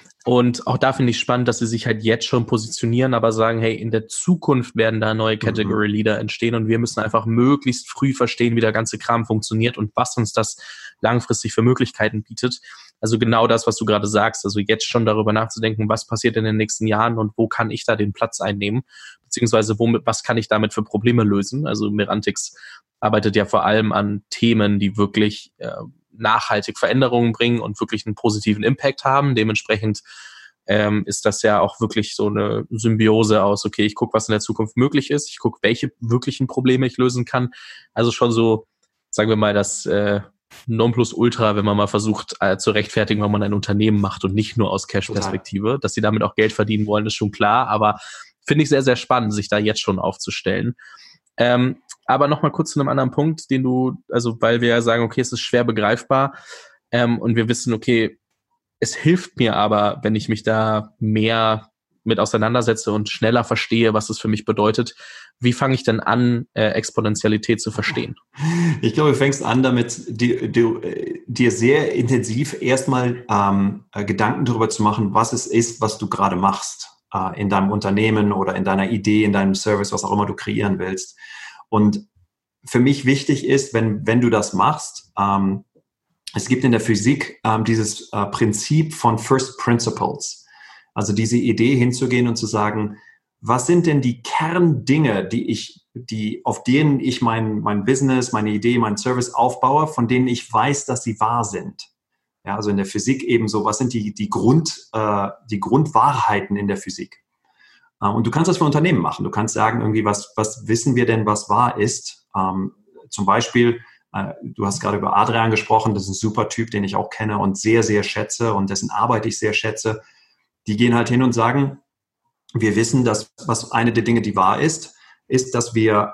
Und auch da finde ich spannend, dass sie sich halt jetzt schon positionieren, aber sagen, hey, in der Zukunft werden da neue Category Leader entstehen und wir müssen einfach möglichst früh verstehen, wie der ganze Kram funktioniert und was uns das langfristig für Möglichkeiten bietet. Also genau das, was du gerade sagst, also jetzt schon darüber nachzudenken, was passiert in den nächsten Jahren und wo kann ich da den Platz einnehmen, beziehungsweise womit, was kann ich damit für Probleme lösen. Also Merantix arbeitet ja vor allem an Themen, die wirklich äh, nachhaltig Veränderungen bringen und wirklich einen positiven Impact haben. Dementsprechend ähm, ist das ja auch wirklich so eine Symbiose aus, okay, ich gucke, was in der Zukunft möglich ist, ich gucke, welche wirklichen Probleme ich lösen kann. Also schon so, sagen wir mal, das äh, Nonplusultra, wenn man mal versucht äh, zu rechtfertigen, warum man ein Unternehmen macht und nicht nur aus Cash-Perspektive. Dass sie damit auch Geld verdienen wollen, ist schon klar, aber finde ich sehr, sehr spannend, sich da jetzt schon aufzustellen. Ähm, aber nochmal kurz zu einem anderen Punkt, den du, also weil wir ja sagen, okay, es ist schwer begreifbar ähm, und wir wissen, okay, es hilft mir aber, wenn ich mich da mehr mit auseinandersetze und schneller verstehe, was es für mich bedeutet. Wie fange ich denn an, äh, Exponentialität zu verstehen? Ich glaube, du fängst an damit, die, die, dir sehr intensiv erstmal ähm, Gedanken darüber zu machen, was es ist, was du gerade machst äh, in deinem Unternehmen oder in deiner Idee, in deinem Service, was auch immer du kreieren willst. Und für mich wichtig ist, wenn, wenn du das machst, ähm, es gibt in der Physik ähm, dieses äh, Prinzip von First Principles. Also diese Idee hinzugehen und zu sagen, was sind denn die Kerndinge, die ich, die, auf denen ich mein, mein Business, meine Idee, mein Service aufbaue, von denen ich weiß, dass sie wahr sind. Ja, also in der Physik ebenso, was sind die, die, Grund, äh, die Grundwahrheiten in der Physik? Äh, und du kannst das für Unternehmen machen. Du kannst sagen, irgendwie, was, was wissen wir denn, was wahr ist? Ähm, zum Beispiel, äh, du hast gerade über Adrian gesprochen, das ist ein super Typ, den ich auch kenne und sehr, sehr schätze und dessen Arbeit ich sehr schätze. Die gehen halt hin und sagen, wir wissen, dass was eine der Dinge, die wahr ist, ist, dass wir,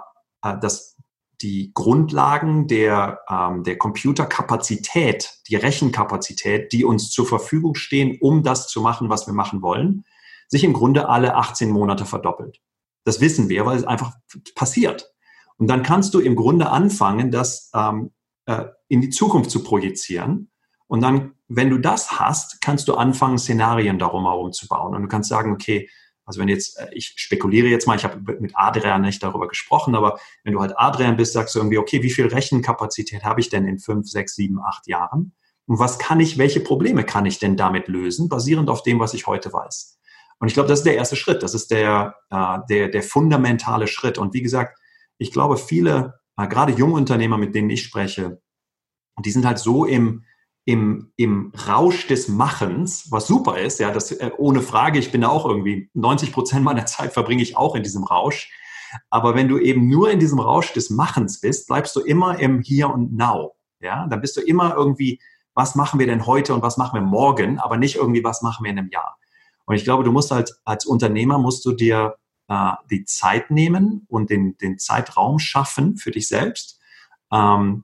äh, dass die Grundlagen der, ähm, der Computerkapazität, die Rechenkapazität, die uns zur Verfügung stehen, um das zu machen, was wir machen wollen, sich im Grunde alle achtzehn Monate verdoppelt. Das wissen wir, weil es einfach passiert. Und dann kannst du im Grunde anfangen, das ähm, äh, in die Zukunft zu projizieren. Und dann, wenn du das hast, kannst du anfangen, Szenarien darum herum zu bauen. Und du kannst sagen, okay, also wenn jetzt, ich spekuliere jetzt mal, ich habe mit Adrian nicht darüber gesprochen, aber wenn du halt Adrian bist, sagst du irgendwie, okay, wie viel Rechenkapazität habe ich denn in fünf, sechs, sieben, acht Jahren? Und was kann ich, welche Probleme kann ich denn damit lösen, basierend auf dem, was ich heute weiß? Und ich glaube, das ist der erste Schritt. Das ist der, äh, der, der fundamentale Schritt. Und wie gesagt, ich glaube, viele, äh, gerade junge Unternehmer, mit denen ich spreche, die sind halt so im, im, im Rausch des Machens, was super ist, ja, das äh, ohne Frage, ich bin da auch irgendwie, neunzig Prozent meiner Zeit verbringe ich auch in diesem Rausch. Aber wenn du eben nur in diesem Rausch des Machens bist, bleibst du immer im Hier und Now. Ja, dann bist du immer irgendwie, was machen wir denn heute und was machen wir morgen, aber nicht irgendwie, was machen wir in einem Jahr. Und ich glaube, du musst halt als Unternehmer, musst du dir äh, die Zeit nehmen und den, den Zeitraum schaffen für dich selbst, ähm,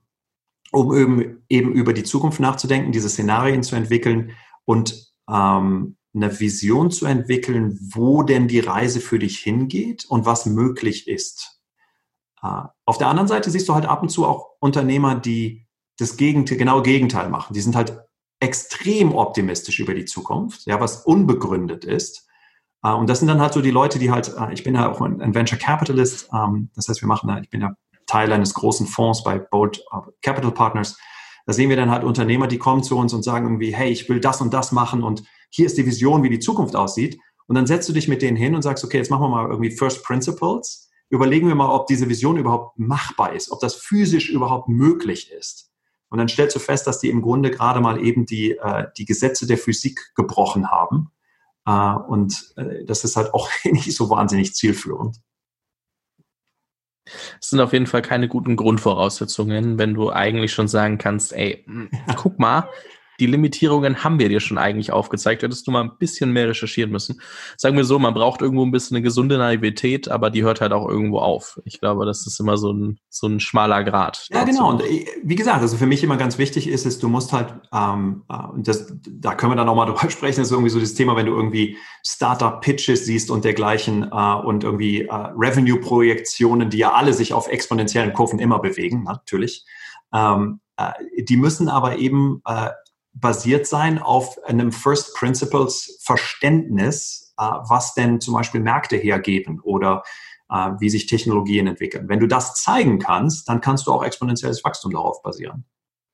um eben, eben über die Zukunft nachzudenken, diese Szenarien zu entwickeln und ähm, eine Vision zu entwickeln, wo denn die Reise für dich hingeht und was möglich ist. Äh, auf der anderen Seite siehst du halt ab und zu auch Unternehmer, die das Gegenteil, genau Gegenteil machen. Die sind halt extrem optimistisch über die Zukunft, ja, was unbegründet ist. Uh, und das sind dann halt so die Leute, die halt, uh, ich bin ja auch ein, ein Venture Capitalist, um, das heißt, wir machen, ich bin ja Teil eines großen Fonds bei Bold uh, Capital Partners. Da sehen wir dann halt Unternehmer, die kommen zu uns und sagen irgendwie, hey, ich will das und das machen und hier ist die Vision, wie die Zukunft aussieht. Und dann setzt du dich mit denen hin und sagst, okay, jetzt machen wir mal irgendwie First Principles. Überlegen wir mal, ob diese Vision überhaupt machbar ist, ob das physisch überhaupt möglich ist. Und dann stellst du fest, dass die im Grunde gerade mal eben die, äh, die Gesetze der Physik gebrochen haben. Uh, und äh, das ist halt auch nicht so wahnsinnig zielführend. Es sind auf jeden Fall keine guten Grundvoraussetzungen, wenn du eigentlich schon sagen kannst, ey, guck mal, die Limitierungen haben wir dir schon eigentlich aufgezeigt. Hättest du mal ein bisschen mehr recherchieren müssen. Sagen wir so, man braucht irgendwo ein bisschen eine gesunde Naivität, aber die hört halt auch irgendwo auf. Ich glaube, das ist immer so ein, so ein schmaler Grat. Ja, genau. Und wie gesagt, also für mich immer ganz wichtig ist es, du musst halt, ähm, das, da können wir dann auch mal drüber sprechen, das ist irgendwie so das Thema, wenn du irgendwie Startup-Pitches siehst und dergleichen äh, und irgendwie äh, Revenue-Projektionen, die ja alle sich auf exponentiellen Kurven immer bewegen, natürlich. Ähm, äh, die müssen aber eben äh, basiert sein auf einem First Principles Verständnis, äh, was denn zum Beispiel Märkte hergeben oder äh, wie sich Technologien entwickeln. Wenn du das zeigen kannst, dann kannst du auch exponentielles Wachstum darauf basieren.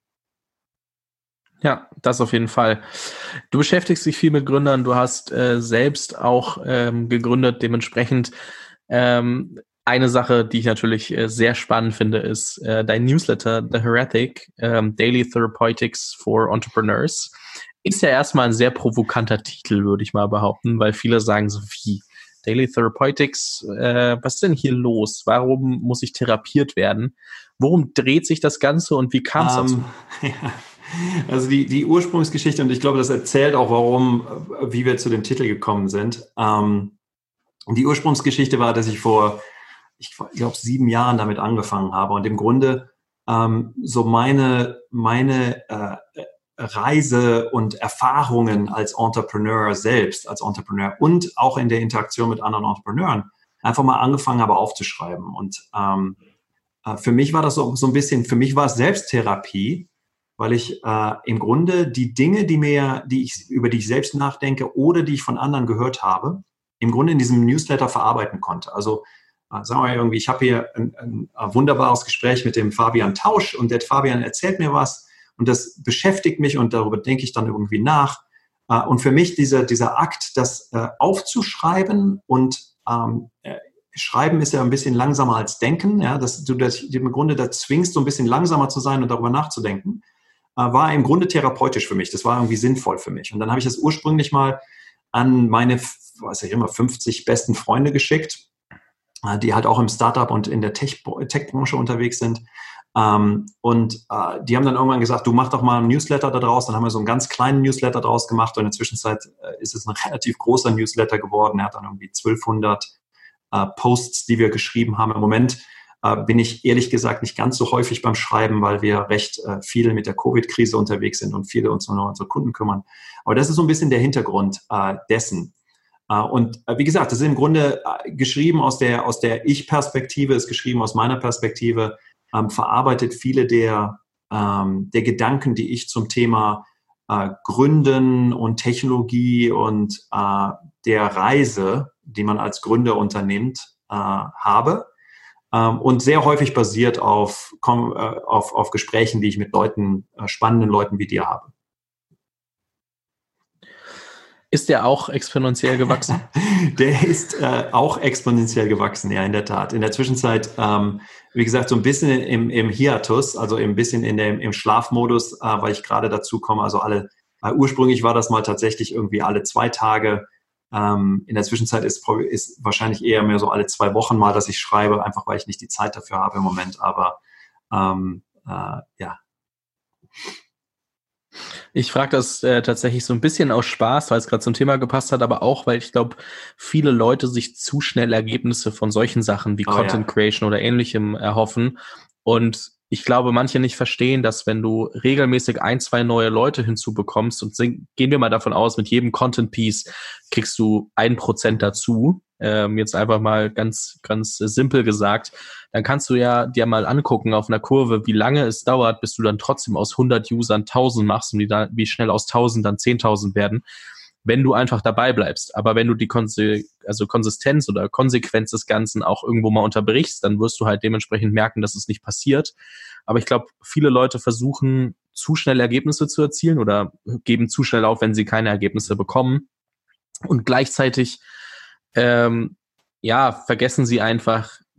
Ja, das auf jeden Fall. Du beschäftigst dich viel mit Gründern, du hast äh, selbst auch ähm, gegründet, dementsprechend ähm, eine Sache, die ich natürlich äh, sehr spannend finde, ist äh, dein Newsletter, The Heretic, ähm, Daily Therapeutics for Entrepreneurs. Ist ja erstmal ein sehr provokanter Titel, würde ich mal behaupten, weil viele sagen so, wie Daily Therapeutics, äh, was ist denn hier los? Warum muss ich therapiert werden? Worum dreht sich das Ganze und wie kam es dazu? Um, ja. Also die, die Ursprungsgeschichte, und ich glaube, das erzählt auch, warum, wie wir zu dem Titel gekommen sind. Ähm, die Ursprungsgeschichte war, dass ich vor ich glaube, sieben Jahren damit angefangen habe und im Grunde ähm, so meine, meine äh, Reise und Erfahrungen als Entrepreneur selbst, als Entrepreneur und auch in der Interaktion mit anderen Entrepreneuren einfach mal angefangen habe aufzuschreiben. Und ähm, äh, für mich war das so, so ein bisschen, für mich war es Selbsttherapie, weil ich äh, im Grunde die Dinge, die mir, die ich, über die ich selbst nachdenke oder die ich von anderen gehört habe, im Grunde in diesem Newsletter verarbeiten konnte. Also sagen wir irgendwie, ich habe hier ein, ein, ein wunderbares Gespräch mit dem Fabian Tausch und der Fabian erzählt mir was und das beschäftigt mich und darüber denke ich dann irgendwie nach. Und für mich dieser, dieser Akt, das aufzuschreiben und ähm, Schreiben ist ja ein bisschen langsamer als Denken, ja, dass du das im Grunde da zwingst, so ein bisschen langsamer zu sein und darüber nachzudenken, war im Grunde therapeutisch für mich. Das war irgendwie sinnvoll für mich. Und dann habe ich das ursprünglich mal an meine, was ich immer, fünfzig besten Freunde geschickt, die halt auch im Startup und in der Tech- Tech-Branche unterwegs sind. Ähm, und äh, die haben dann irgendwann gesagt, du mach doch mal einen Newsletter da draus. Dann haben wir so einen ganz kleinen Newsletter draus gemacht und in der Zwischenzeit äh, ist es ein relativ großer Newsletter geworden. Er hat dann irgendwie zwölfhundert äh, Posts, die wir geschrieben haben. Im Moment äh, bin ich ehrlich gesagt nicht ganz so häufig beim Schreiben, weil wir recht äh, viel mit der Covid-Krise unterwegs sind und viele uns nur um unsere Kunden kümmern. Aber das ist so ein bisschen der Hintergrund äh, dessen. Und wie gesagt, das ist im Grunde geschrieben aus der, aus der Ich-Perspektive, ist geschrieben aus meiner Perspektive, ähm, verarbeitet viele der, ähm, der Gedanken, die ich zum Thema äh, Gründen und Technologie und äh, der Reise, die man als Gründer unternimmt, äh, habe. Ähm, und sehr häufig basiert auf, auf, auf Gesprächen, die ich mit Leuten, äh, spannenden Leuten wie dir habe. Ist der auch exponentiell gewachsen? Der ist äh, auch exponentiell gewachsen, ja, in der Tat. In der Zwischenzeit, ähm, wie gesagt, so ein bisschen im, im Hiatus, also ein bisschen in dem, im Schlafmodus, äh, weil ich gerade dazu komme. Also alle, äh, ursprünglich war das mal tatsächlich irgendwie alle zwei Tage. Ähm, in der Zwischenzeit ist, ist wahrscheinlich eher mehr so alle zwei Wochen mal, dass ich schreibe, einfach weil ich nicht die Zeit dafür habe im Moment. Aber ähm, äh, ja. Ich frage das äh, tatsächlich so ein bisschen aus Spaß, weil es gerade zum Thema gepasst hat, aber auch, weil ich glaube, viele Leute sich zu schnell Ergebnisse von solchen Sachen wie oh, Content ja. Creation oder Ähnlichem erhoffen. Und ich glaube, manche nicht verstehen, dass wenn du regelmäßig ein, zwei neue Leute hinzubekommst und sing, gehen wir mal davon aus, mit jedem Content-Piece kriegst du ein Prozent dazu, ähm, jetzt einfach mal ganz, ganz simpel gesagt, dann kannst du ja dir mal angucken auf einer Kurve, wie lange es dauert, bis du dann trotzdem aus hundert Usern tausend machst und wie, da, wie schnell aus tausend dann zehntausend werden, wenn du einfach dabei bleibst. Aber wenn du die Konse- also Konsistenz oder Konsequenz des Ganzen auch irgendwo mal unterbrichst, dann wirst du halt dementsprechend merken, dass es nicht passiert. Aber ich glaube, viele Leute versuchen, zu schnell Ergebnisse zu erzielen oder geben zu schnell auf, wenn sie keine Ergebnisse bekommen. Und gleichzeitig ähm, ja, vergessen sie einfach,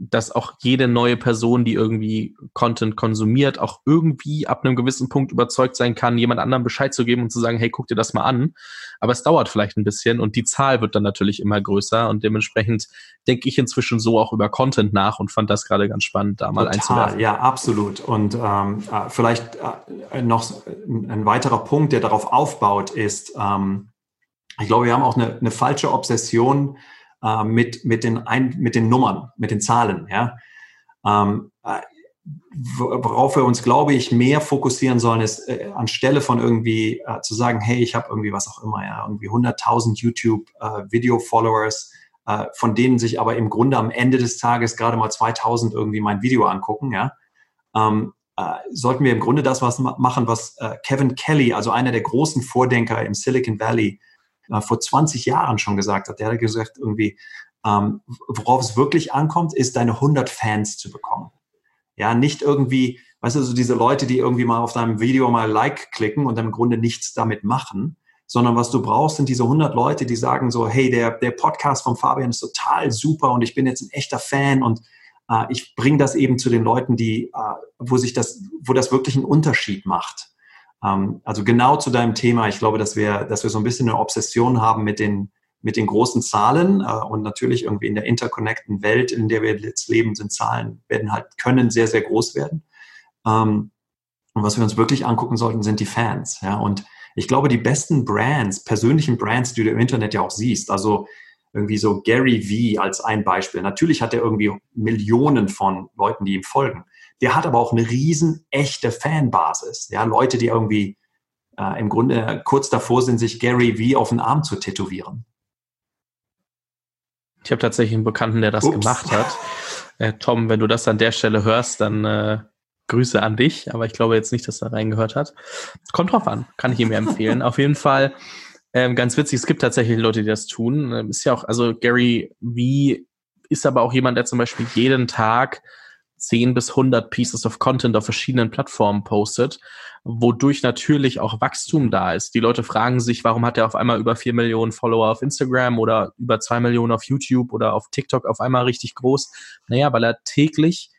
dass auch jede neue Person, die irgendwie Content konsumiert, auch irgendwie ab einem gewissen Punkt überzeugt sein kann, jemand anderem Bescheid zu geben und zu sagen, hey, guck dir das mal an. Aber es dauert vielleicht ein bisschen und die Zahl wird dann natürlich immer größer und dementsprechend denke ich inzwischen so auch über Content nach und fand das gerade ganz spannend, da mal Total, einzuwerfen. Ja, absolut. Und ähm, vielleicht äh, noch ein weiterer Punkt, der darauf aufbaut, ist, ähm, ich glaube, wir haben auch eine, eine falsche Obsession äh, mit, mit, den Ein, mit den Nummern, mit den Zahlen. Ja? Ähm, äh, worauf wir uns, glaube ich, mehr fokussieren sollen, ist äh, anstelle von irgendwie äh, zu sagen, hey, ich habe irgendwie was auch immer, ja, irgendwie hunderttausend YouTube-Video-Followers, äh, von denen sich aber im Grunde am Ende des Tages gerade mal zweitausend irgendwie mein Video angucken, ja, ähm, äh, sollten wir im Grunde das was ma- machen, was äh, Kevin Kelly, also einer der großen Vordenker im Silicon Valley, äh, vor zwanzig Jahren schon gesagt hat. Der hat gesagt, irgendwie, ähm, worauf es wirklich ankommt, ist, deine hundert Fans zu bekommen. Ja, nicht irgendwie, weißt du, so diese Leute, die irgendwie mal auf deinem Video mal Like klicken und dann im Grunde nichts damit machen, sondern was du brauchst, sind diese hundert Leute, die sagen so, hey, der, der Podcast von Fabian ist total super und ich bin jetzt ein echter Fan und äh, ich bringe das eben zu den Leuten, die, äh, wo sich das, wo das wirklich einen Unterschied macht. Ähm, also genau zu deinem Thema. Ich glaube, dass wir, dass wir so ein bisschen eine Obsession haben mit den, mit den großen Zahlen äh, und natürlich irgendwie in der interconnecten Welt, in der wir jetzt leben, sind Zahlen, werden halt, können sehr, sehr groß werden. Ähm, und was wir uns wirklich angucken sollten, sind die Fans. Ja, und ich glaube, die besten Brands, persönlichen Brands, die du im Internet ja auch siehst, also irgendwie so Gary Vee als ein Beispiel. Natürlich hat er irgendwie Millionen von Leuten, die ihm folgen. Der hat aber auch eine riesen echte Fanbasis. Ja, Leute, die irgendwie äh, im Grunde kurz davor sind, sich Gary Vee auf den Arm zu tätowieren. Ich habe tatsächlich einen Bekannten, der das Ups. gemacht hat. Äh, Tom, wenn du das an der Stelle hörst, dann äh, Grüße an dich, aber ich glaube jetzt nicht, dass er reingehört hat. Kommt drauf an, kann ich ihm empfehlen. Auf jeden Fall ähm, ganz witzig, es gibt tatsächlich Leute, die das tun. Ähm, ist ja auch, also Gary Vee ist aber auch jemand, der zum Beispiel jeden Tag zehn bis hundert Pieces of Content auf verschiedenen Plattformen postet, wodurch natürlich auch Wachstum da ist. Die Leute fragen sich, warum hat er auf einmal über vier Millionen Follower auf Instagram oder über zwei Millionen auf YouTube oder auf TikTok auf einmal richtig groß? Naja, weil er täglich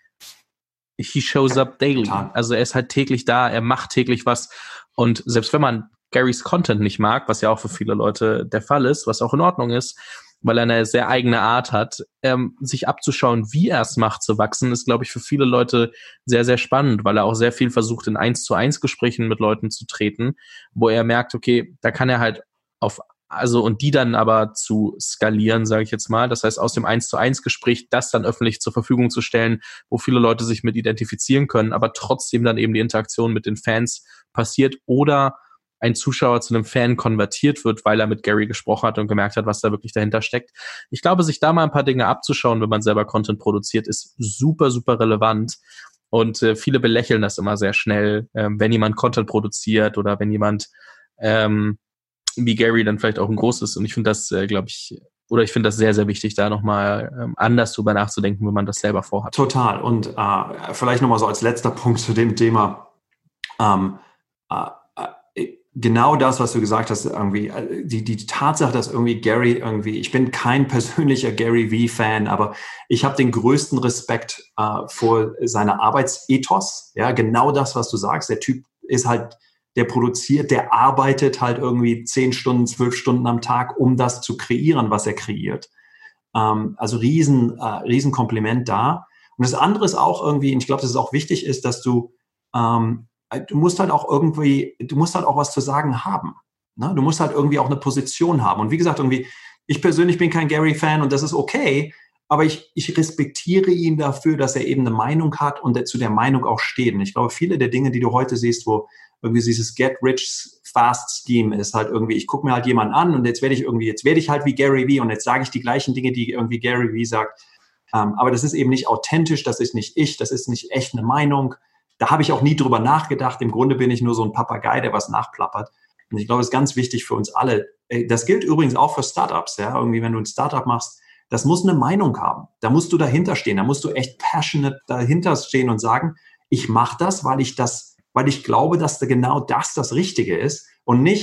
he shows up daily. Also er ist halt täglich da, er macht täglich was. Und selbst wenn man Garys Content nicht mag, was ja auch für viele Leute der Fall ist, was auch in Ordnung ist, weil er eine sehr eigene Art hat, ähm, sich abzuschauen, wie er es macht, zu wachsen, ist, glaube ich, für viele Leute sehr, sehr spannend, weil er auch sehr viel versucht, in eins zu eins Gesprächen mit Leuten zu treten, wo er merkt, okay, da kann er halt auf Also und die dann aber zu skalieren, sage ich jetzt mal. Das heißt, aus dem eins zu eins Gespräch das dann öffentlich zur Verfügung zu stellen, wo viele Leute sich mit identifizieren können, aber trotzdem dann eben die Interaktion mit den Fans passiert oder ein Zuschauer zu einem Fan konvertiert wird, weil er mit Gary gesprochen hat und gemerkt hat, was da wirklich dahinter steckt. Ich glaube, sich da mal ein paar Dinge abzuschauen, wenn man selber Content produziert, ist super, super relevant. Und äh, viele belächeln das immer sehr schnell, äh, wenn jemand Content produziert oder wenn jemand ähm, wie Gary dann vielleicht auch ein großes. Und ich finde das, äh, glaube ich, oder ich finde das sehr, sehr wichtig, da nochmal ähm, anders drüber nachzudenken, wenn man das selber vorhat. Total. Und äh, vielleicht nochmal so als letzter Punkt zu dem Thema. Ähm, äh, äh, genau das, was du gesagt hast, irgendwie, äh, die, die Tatsache, dass irgendwie Gary irgendwie, ich bin kein persönlicher Gary Vee-Fan, aber ich habe den größten Respekt äh, vor seiner Arbeitsethos. Ja, genau das, was du sagst. Der Typ ist halt der produziert, der arbeitet halt irgendwie zehn Stunden, zwölf Stunden am Tag, um das zu kreieren, was er kreiert. Ähm, also riesen, äh, riesen Kompliment da. Und das andere ist auch irgendwie, und ich glaube, dass es auch wichtig ist, dass du, ähm, du musst halt auch irgendwie, du musst halt auch was zu sagen haben. Ne? Du musst halt irgendwie auch eine Position haben. Und wie gesagt, irgendwie, ich persönlich bin kein Gary-Fan und das ist okay, aber ich, ich respektiere ihn dafür, dass er eben eine Meinung hat und der zu der Meinung auch steht. Und ich glaube, viele der Dinge, die du heute siehst, wo irgendwie dieses Get-Rich-Fast-Scheme ist halt irgendwie, ich gucke mir halt jemanden an und jetzt werde ich irgendwie, jetzt werde ich halt wie Gary Vee und jetzt sage ich die gleichen Dinge, die irgendwie Gary Vee sagt. Ähm, aber das ist eben nicht authentisch, das ist nicht ich, das ist nicht echt eine Meinung. Da habe ich auch nie drüber nachgedacht. Im Grunde bin ich nur so ein Papagei, der was nachplappert. Und ich glaube, das ist ganz wichtig für uns alle. Das gilt übrigens auch für Startups. Ja? Irgendwie, wenn du ein Startup machst, das muss eine Meinung haben. Da musst du dahinter stehen. Da musst du echt passionate dahinter stehen und sagen, ich mache das, weil ich das weil ich glaube, dass da genau das das Richtige ist und nicht,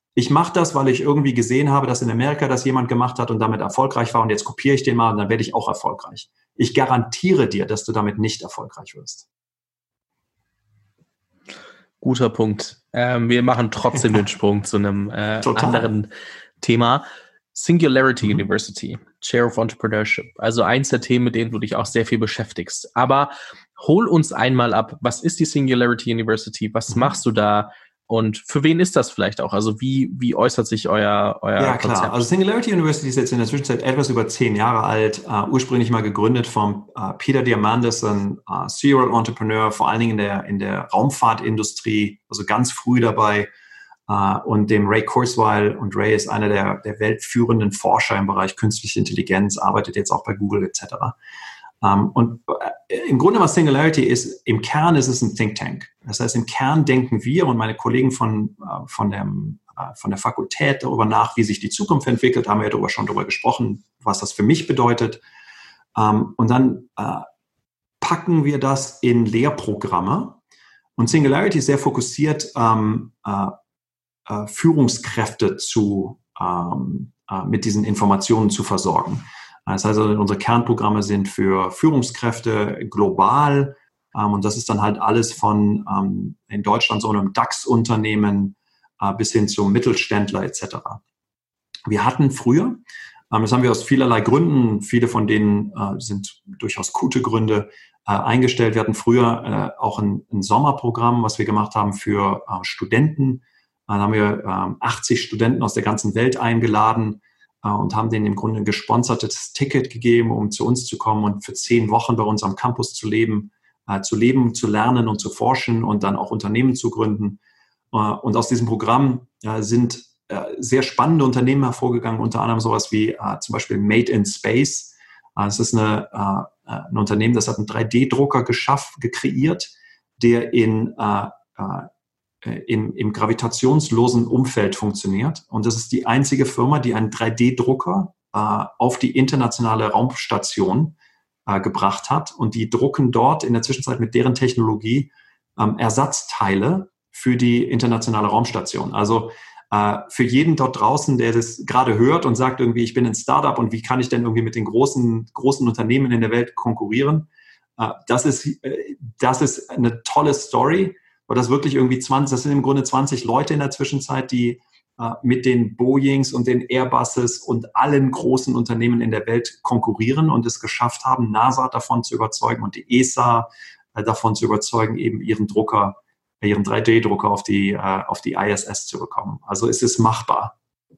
ich mache das, weil ich irgendwie gesehen habe, dass in Amerika das jemand gemacht hat und damit erfolgreich war und jetzt kopiere ich den mal und dann werde ich auch erfolgreich. Ich garantiere dir, dass du damit nicht erfolgreich wirst. Guter Punkt. Ähm, wir machen trotzdem den Sprung zu einem äh, anderen Thema. Singularity mhm. University, Chair of Entrepreneurship. Also eins der Themen, mit denen du dich auch sehr viel beschäftigst. Aber hol uns einmal ab, was ist die Singularity University? Was mhm. machst du da? Und für wen ist das vielleicht auch? Also wie, wie äußert sich euer, euer Ja, Konzept? klar. Also Singularity University ist jetzt in der Zwischenzeit etwas über zehn Jahre alt. Uh, ursprünglich mal gegründet von uh, Peter Diamandis, ein uh, Serial Entrepreneur, vor allen Dingen in der, in der Raumfahrtindustrie, also ganz früh dabei. Uh, und dem Ray Kurzweil. Und Ray ist einer der, der weltführenden Forscher im Bereich künstliche Intelligenz, arbeitet jetzt auch bei Google et cetera. Um, und äh, im Grunde, was Singularity ist, im Kern ist es ein Think Tank. Das heißt, im Kern denken wir und meine Kollegen von, äh, von, dem, äh, von der Fakultät darüber nach, wie sich die Zukunft entwickelt, haben wir darüber schon darüber gesprochen, was das für mich bedeutet. Um, und dann äh, packen wir das in Lehrprogramme. Und Singularity ist sehr fokussiert, ähm, äh, äh, Führungskräfte zu, ähm, äh, mit diesen Informationen zu versorgen. Das heißt, also, unsere Kernprogramme sind für Führungskräfte global ähm, und das ist dann halt alles von ähm, in Deutschland so einem DAX-Unternehmen äh, bis hin zum Mittelständler et cetera. Wir hatten früher, ähm, das haben wir aus vielerlei Gründen, viele von denen äh, sind durchaus gute Gründe, äh, eingestellt. Wir hatten früher äh, auch ein, ein Sommerprogramm, was wir gemacht haben für äh, Studenten. Dann haben wir äh, achtzig Studenten aus der ganzen Welt eingeladen, und haben denen im Grunde ein gesponsertes Ticket gegeben, um zu uns zu kommen und für zehn Wochen bei uns am Campus zu leben, äh, zu leben, zu lernen und zu forschen und dann auch Unternehmen zu gründen. Äh, und aus diesem Programm äh, sind äh, sehr spannende Unternehmen hervorgegangen, unter anderem sowas wie äh, zum Beispiel Made in Space. Äh, das ist eine, äh, ein Unternehmen, das hat einen drei D-Drucker geschaffen, gekreiert, der in äh, äh, Im, im gravitationslosen Umfeld funktioniert. Und das ist die einzige Firma, die einen drei D-Drucker äh, auf die internationale Raumstation äh, gebracht hat. Und die drucken dort in der Zwischenzeit mit deren Technologie ähm, Ersatzteile für die internationale Raumstation. Also äh, für jeden dort draußen, der das gerade hört und sagt irgendwie, ich bin ein Startup und wie kann ich denn irgendwie mit den großen, großen Unternehmen in der Welt konkurrieren? Äh, das ist, äh, das ist eine tolle Story. Weil das wirklich irgendwie zwanzig, das sind im Grunde zwanzig Leute in der Zwischenzeit, die äh, mit den Boeings und den Airbuses und allen großen Unternehmen in der Welt konkurrieren und es geschafft haben, NASA davon zu überzeugen und die E S A äh, davon zu überzeugen, eben ihren Drucker, äh, ihren drei D-Drucker auf die, äh, auf die I S S zu bekommen. Also es ist machbar.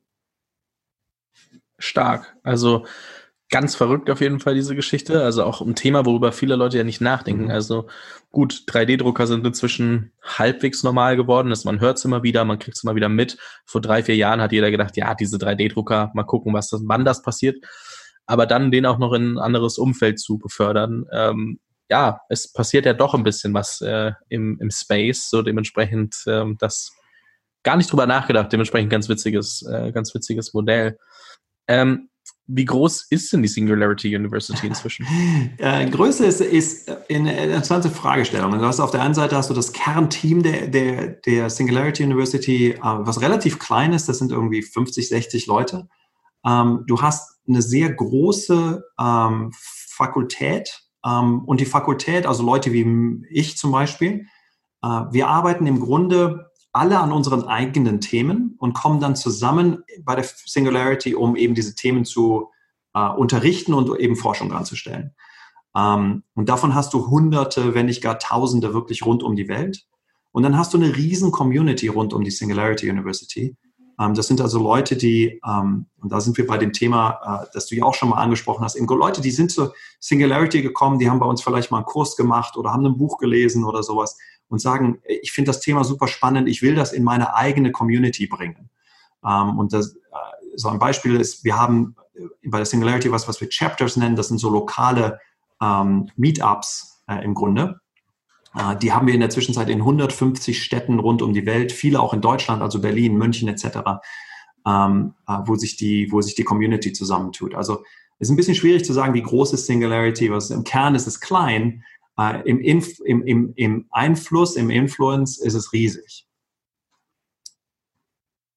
Stark. Also ganz verrückt auf jeden Fall, diese Geschichte. Also auch ein Thema, worüber viele Leute ja nicht nachdenken. Mhm. Also gut, drei D-Drucker sind inzwischen halbwegs normal geworden. Das, man hört es immer wieder, man kriegt es immer wieder mit. Vor drei, vier Jahren hat jeder gedacht, ja, diese drei D-Drucker, mal gucken, was das, wann das passiert. Aber dann den auch noch in ein anderes Umfeld zu befördern. Ähm, ja, es passiert ja doch ein bisschen was äh, im, im Space. So dementsprechend ähm, das gar nicht drüber nachgedacht. Dementsprechend ganz witziges, äh, ganz witziges Modell. Ähm, Wie groß ist denn die Singularity University inzwischen? Äh, Größe ist, ist eine interessante Fragestellung. Du hast auf der einen Seite hast du das Kernteam der, der, der Singularity University, äh, was relativ klein ist, das sind irgendwie fünfzig, sechzig Leute. Ähm, du hast eine sehr große ähm, Fakultät ähm, und die Fakultät, also Leute wie ich zum Beispiel, äh, wir arbeiten im Grunde alle an unseren eigenen Themen und kommen dann zusammen bei der Singularity, um eben diese Themen zu äh, unterrichten und eben Forschung anzustellen. Ähm, und davon hast du Hunderte, wenn nicht gar Tausende wirklich rund um die Welt. Und dann hast du eine riesen Community rund um die Singularity University. Ähm, das sind also Leute, die, ähm, und da sind wir bei dem Thema, äh, das du ja auch schon mal angesprochen hast, eben Leute, die sind zur Singularity gekommen, die haben bei uns vielleicht mal einen Kurs gemacht oder haben ein Buch gelesen oder sowas und sagen, ich finde das Thema super spannend, ich will das in meine eigene Community bringen. Ähm, und das, äh, so ein Beispiel ist, wir haben bei der Singularity was, was wir Chapters nennen, das sind so lokale ähm, Meetups äh, im Grunde. Äh, die haben wir in der Zwischenzeit in hundertfünfzig Städten rund um die Welt, viele auch in Deutschland, also Berlin, München et cetera, ähm, äh, wo sich die, wo sich die Community zusammentut. Also es ist ein bisschen schwierig zu sagen, wie groß ist Singularity, was im Kern ist es klein. Uh, im, Inf- im, im, im Einfluss, im Influence ist es riesig.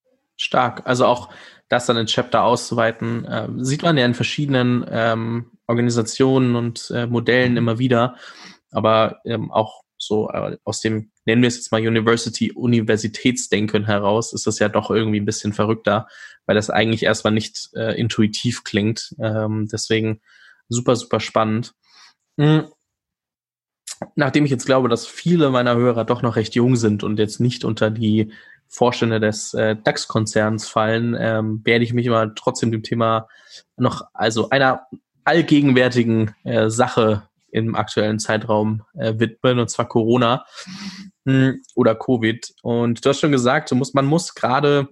Stark. Also auch das dann in Chapter auszuweiten, äh, sieht man ja in verschiedenen ähm, Organisationen und äh, Modellen immer wieder. Aber ähm, auch so äh, aus dem, nennen wir es jetzt mal University, Universitätsdenken heraus, ist das ja doch irgendwie ein bisschen verrückter, weil das eigentlich erstmal nicht äh, intuitiv klingt. Ähm, deswegen super, super spannend. Mhm. Nachdem ich jetzt glaube, dass viele meiner Hörer doch noch recht jung sind und jetzt nicht unter die Vorstände des äh, DAX-Konzerns fallen, ähm, werde ich mich immer trotzdem dem Thema noch, also einer allgegenwärtigen äh, Sache im aktuellen Zeitraum äh, widmen, und zwar Corona mh, oder Covid. Und du hast schon gesagt, so muss, man muss gerade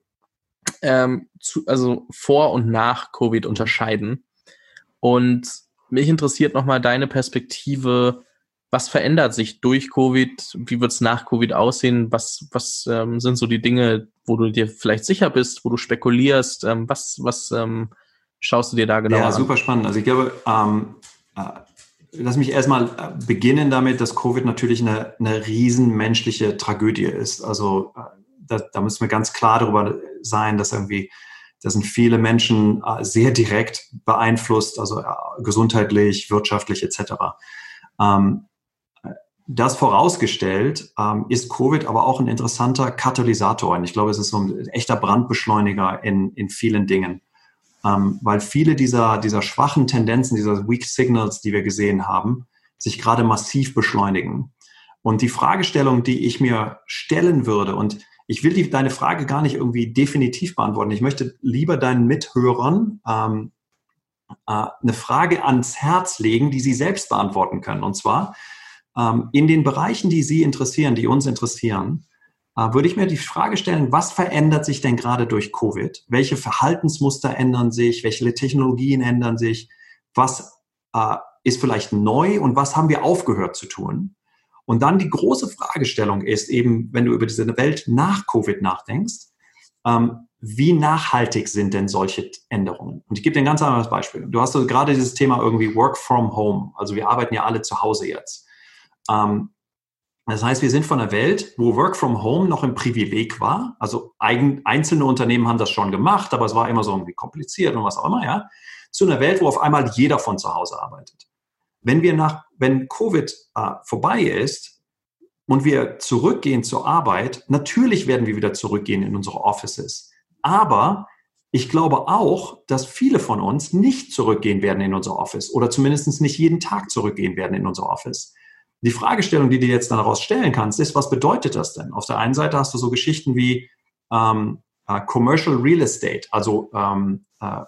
ähm, zu, also vor und nach Covid unterscheiden. Und mich interessiert nochmal deine Perspektive. Was verändert sich durch Covid? Wie wird es nach Covid aussehen? Was, was ähm, sind so die Dinge, wo du dir vielleicht sicher bist, wo du spekulierst? Ähm, was was ähm, schaust du dir da genauer an? Ja, super spannend. Also ich glaube, ähm, äh, lass mich erstmal beginnen damit, dass Covid natürlich eine, eine riesen menschliche Tragödie ist. Also äh, da, da müssen wir ganz klar darüber sein, dass irgendwie das sind viele Menschen äh, sehr direkt beeinflusst, also äh, gesundheitlich, wirtschaftlich et cetera. Ähm, Das vorausgestellt, ähm, ist Covid aber auch ein interessanter Katalysator. Und ich glaube, es ist so ein echter Brandbeschleuniger in, in vielen Dingen. Ähm, weil viele dieser, dieser schwachen Tendenzen, dieser Weak Signals, die wir gesehen haben, sich gerade massiv beschleunigen. Und die Fragestellung, die ich mir stellen würde, und ich will die, deine Frage gar nicht irgendwie definitiv beantworten. Ich möchte lieber deinen Mithörern ähm, äh, eine Frage ans Herz legen, die sie selbst beantworten können. Und zwar, ähm, in den Bereichen, die Sie interessieren, die uns interessieren, äh, würde ich mir die Frage stellen, was verändert sich denn gerade durch Covid? Welche Verhaltensmuster ändern sich? Welche Technologien ändern sich? Was äh, ist vielleicht neu und was haben wir aufgehört zu tun? Und dann die große Fragestellung ist eben, wenn du über diese Welt nach Covid nachdenkst, ähm, wie nachhaltig sind denn solche Änderungen? Und ich gebe dir ein ganz anderes Beispiel. Du hast so gerade dieses Thema irgendwie Work from Home. Also wir arbeiten ja alle zu Hause jetzt. Ähm, das heißt, wir sind von einer Welt, wo Work from Home noch ein Privileg war. Also eigen, einzelne Unternehmen haben das schon gemacht, aber es war immer so irgendwie kompliziert und was auch immer, ja. Zu einer Welt, wo auf einmal jeder von zu Hause arbeitet. Wenn wir nach, wenn Covid äh, vorbei ist und wir zurückgehen zur Arbeit, natürlich werden wir wieder zurückgehen in unsere Offices. Aber ich glaube auch, dass viele von uns nicht zurückgehen werden in unser Office oder zumindest nicht jeden Tag zurückgehen werden in unser Office. Die Fragestellung, die du jetzt daraus stellen kannst, ist, was bedeutet das denn? Auf der einen Seite hast du so Geschichten wie ähm, äh, Commercial Real Estate, also ähm, äh,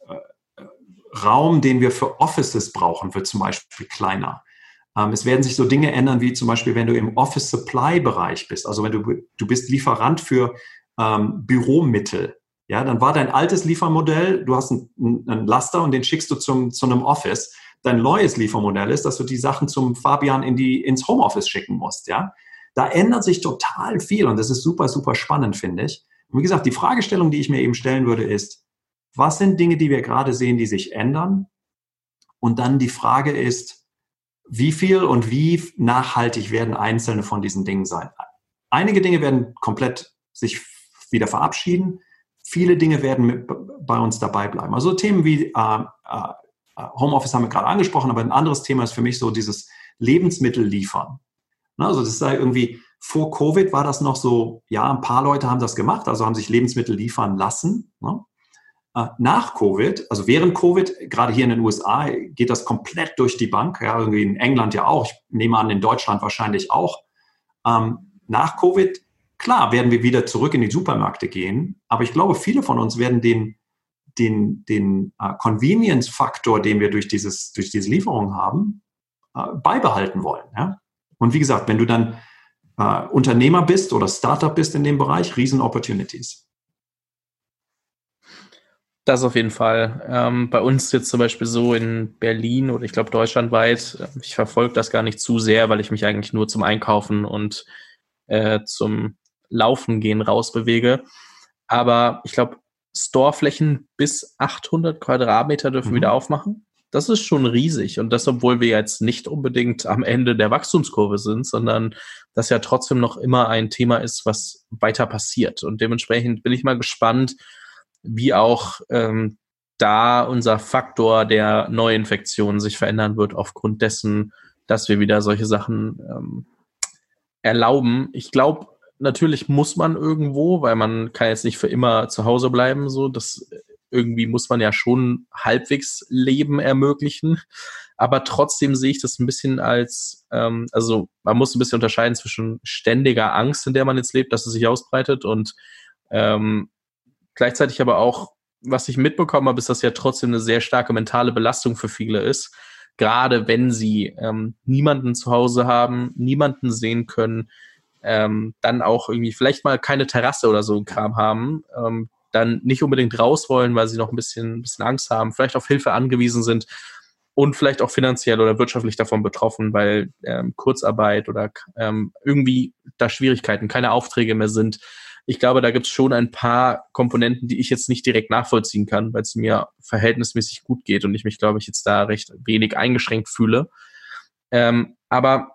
äh, Raum, den wir für Offices brauchen, wird zum Beispiel kleiner. Ähm, es werden sich so Dinge ändern, wie zum Beispiel, wenn du im Office-Supply-Bereich bist, also wenn du, du bist Lieferant für ähm, Büromittel, ja, dann war dein altes Liefermodell, du hast einen, einen Laster und den schickst du zum, zu einem Office. Dein neues Liefermodell ist, dass du die Sachen zum Fabian in die, ins Homeoffice schicken musst, ja. Da ändert sich total viel und das ist super, super spannend, finde ich. Und wie gesagt, die Fragestellung, die ich mir eben stellen würde, ist, was sind Dinge, die wir gerade sehen, die sich ändern? Und dann die Frage ist, wie viel und wie nachhaltig werden einzelne von diesen Dingen sein? Einige Dinge werden komplett sich wieder verabschieden. Viele Dinge werden mit, bei uns dabei bleiben. Also Themen wie äh, äh, Homeoffice haben wir gerade angesprochen, aber ein anderes Thema ist für mich so dieses Lebensmittel liefern. Also das sei irgendwie, vor Covid war das noch so, ja, ein paar Leute haben das gemacht, also haben sich Lebensmittel liefern lassen. Nach Covid, also während Covid, gerade hier in den U S A, geht das komplett durch die Bank. Ja, irgendwie in England ja auch. Ich nehme an, in Deutschland wahrscheinlich auch. Nach Covid, klar, werden wir wieder zurück in die Supermärkte gehen. Aber ich glaube, viele von uns werden den den, den uh, Convenience-Faktor, den wir durch, dieses, durch diese Lieferung haben, uh, beibehalten wollen. Ja? Und wie gesagt, wenn du dann uh, Unternehmer bist oder Startup bist in dem Bereich, riesen Opportunities. Das auf jeden Fall. Ähm, bei uns jetzt zum Beispiel so in Berlin oder ich glaube deutschlandweit, ich verfolge das gar nicht zu sehr, weil ich mich eigentlich nur zum Einkaufen und äh, zum Laufen gehen rausbewege. Aber ich glaube, Storeflächen bis achthundert Quadratmeter dürfen mhm. wieder aufmachen. das ist schon riesig. Und das, obwohl wir jetzt nicht unbedingt am Ende der Wachstumskurve sind, sondern das ja trotzdem noch immer ein Thema ist, was weiter passiert. Und dementsprechend bin ich mal gespannt, wie auch ähm, da unser Faktor der Neuinfektionen sich verändern wird aufgrund dessen, dass wir wieder solche Sachen ähm, erlauben. Ich glaube, natürlich muss man irgendwo, weil man kann jetzt nicht für immer zu Hause bleiben, so, das irgendwie muss man ja schon halbwegs Leben ermöglichen, aber trotzdem sehe ich das ein bisschen als, ähm, also man muss ein bisschen unterscheiden zwischen ständiger Angst, in der man jetzt lebt, dass es sich ausbreitet und ähm, gleichzeitig aber auch, was ich mitbekommen habe, ist, dass ja trotzdem eine sehr starke mentale Belastung für viele ist, gerade wenn sie ähm, niemanden zu Hause haben, niemanden sehen können, ähm, dann auch irgendwie vielleicht mal keine Terrasse oder so ein Kram haben, ähm, dann nicht unbedingt raus wollen, weil sie noch ein bisschen, ein bisschen Angst haben, vielleicht auf Hilfe angewiesen sind und vielleicht auch finanziell oder wirtschaftlich davon betroffen, weil ähm, Kurzarbeit oder ähm, irgendwie da Schwierigkeiten, keine Aufträge mehr sind. Ich glaube, da gibt es schon ein paar Komponenten, die ich jetzt nicht direkt nachvollziehen kann, weil es mir verhältnismäßig gut geht und ich mich, glaube ich, jetzt da recht wenig eingeschränkt fühle. Ähm, aber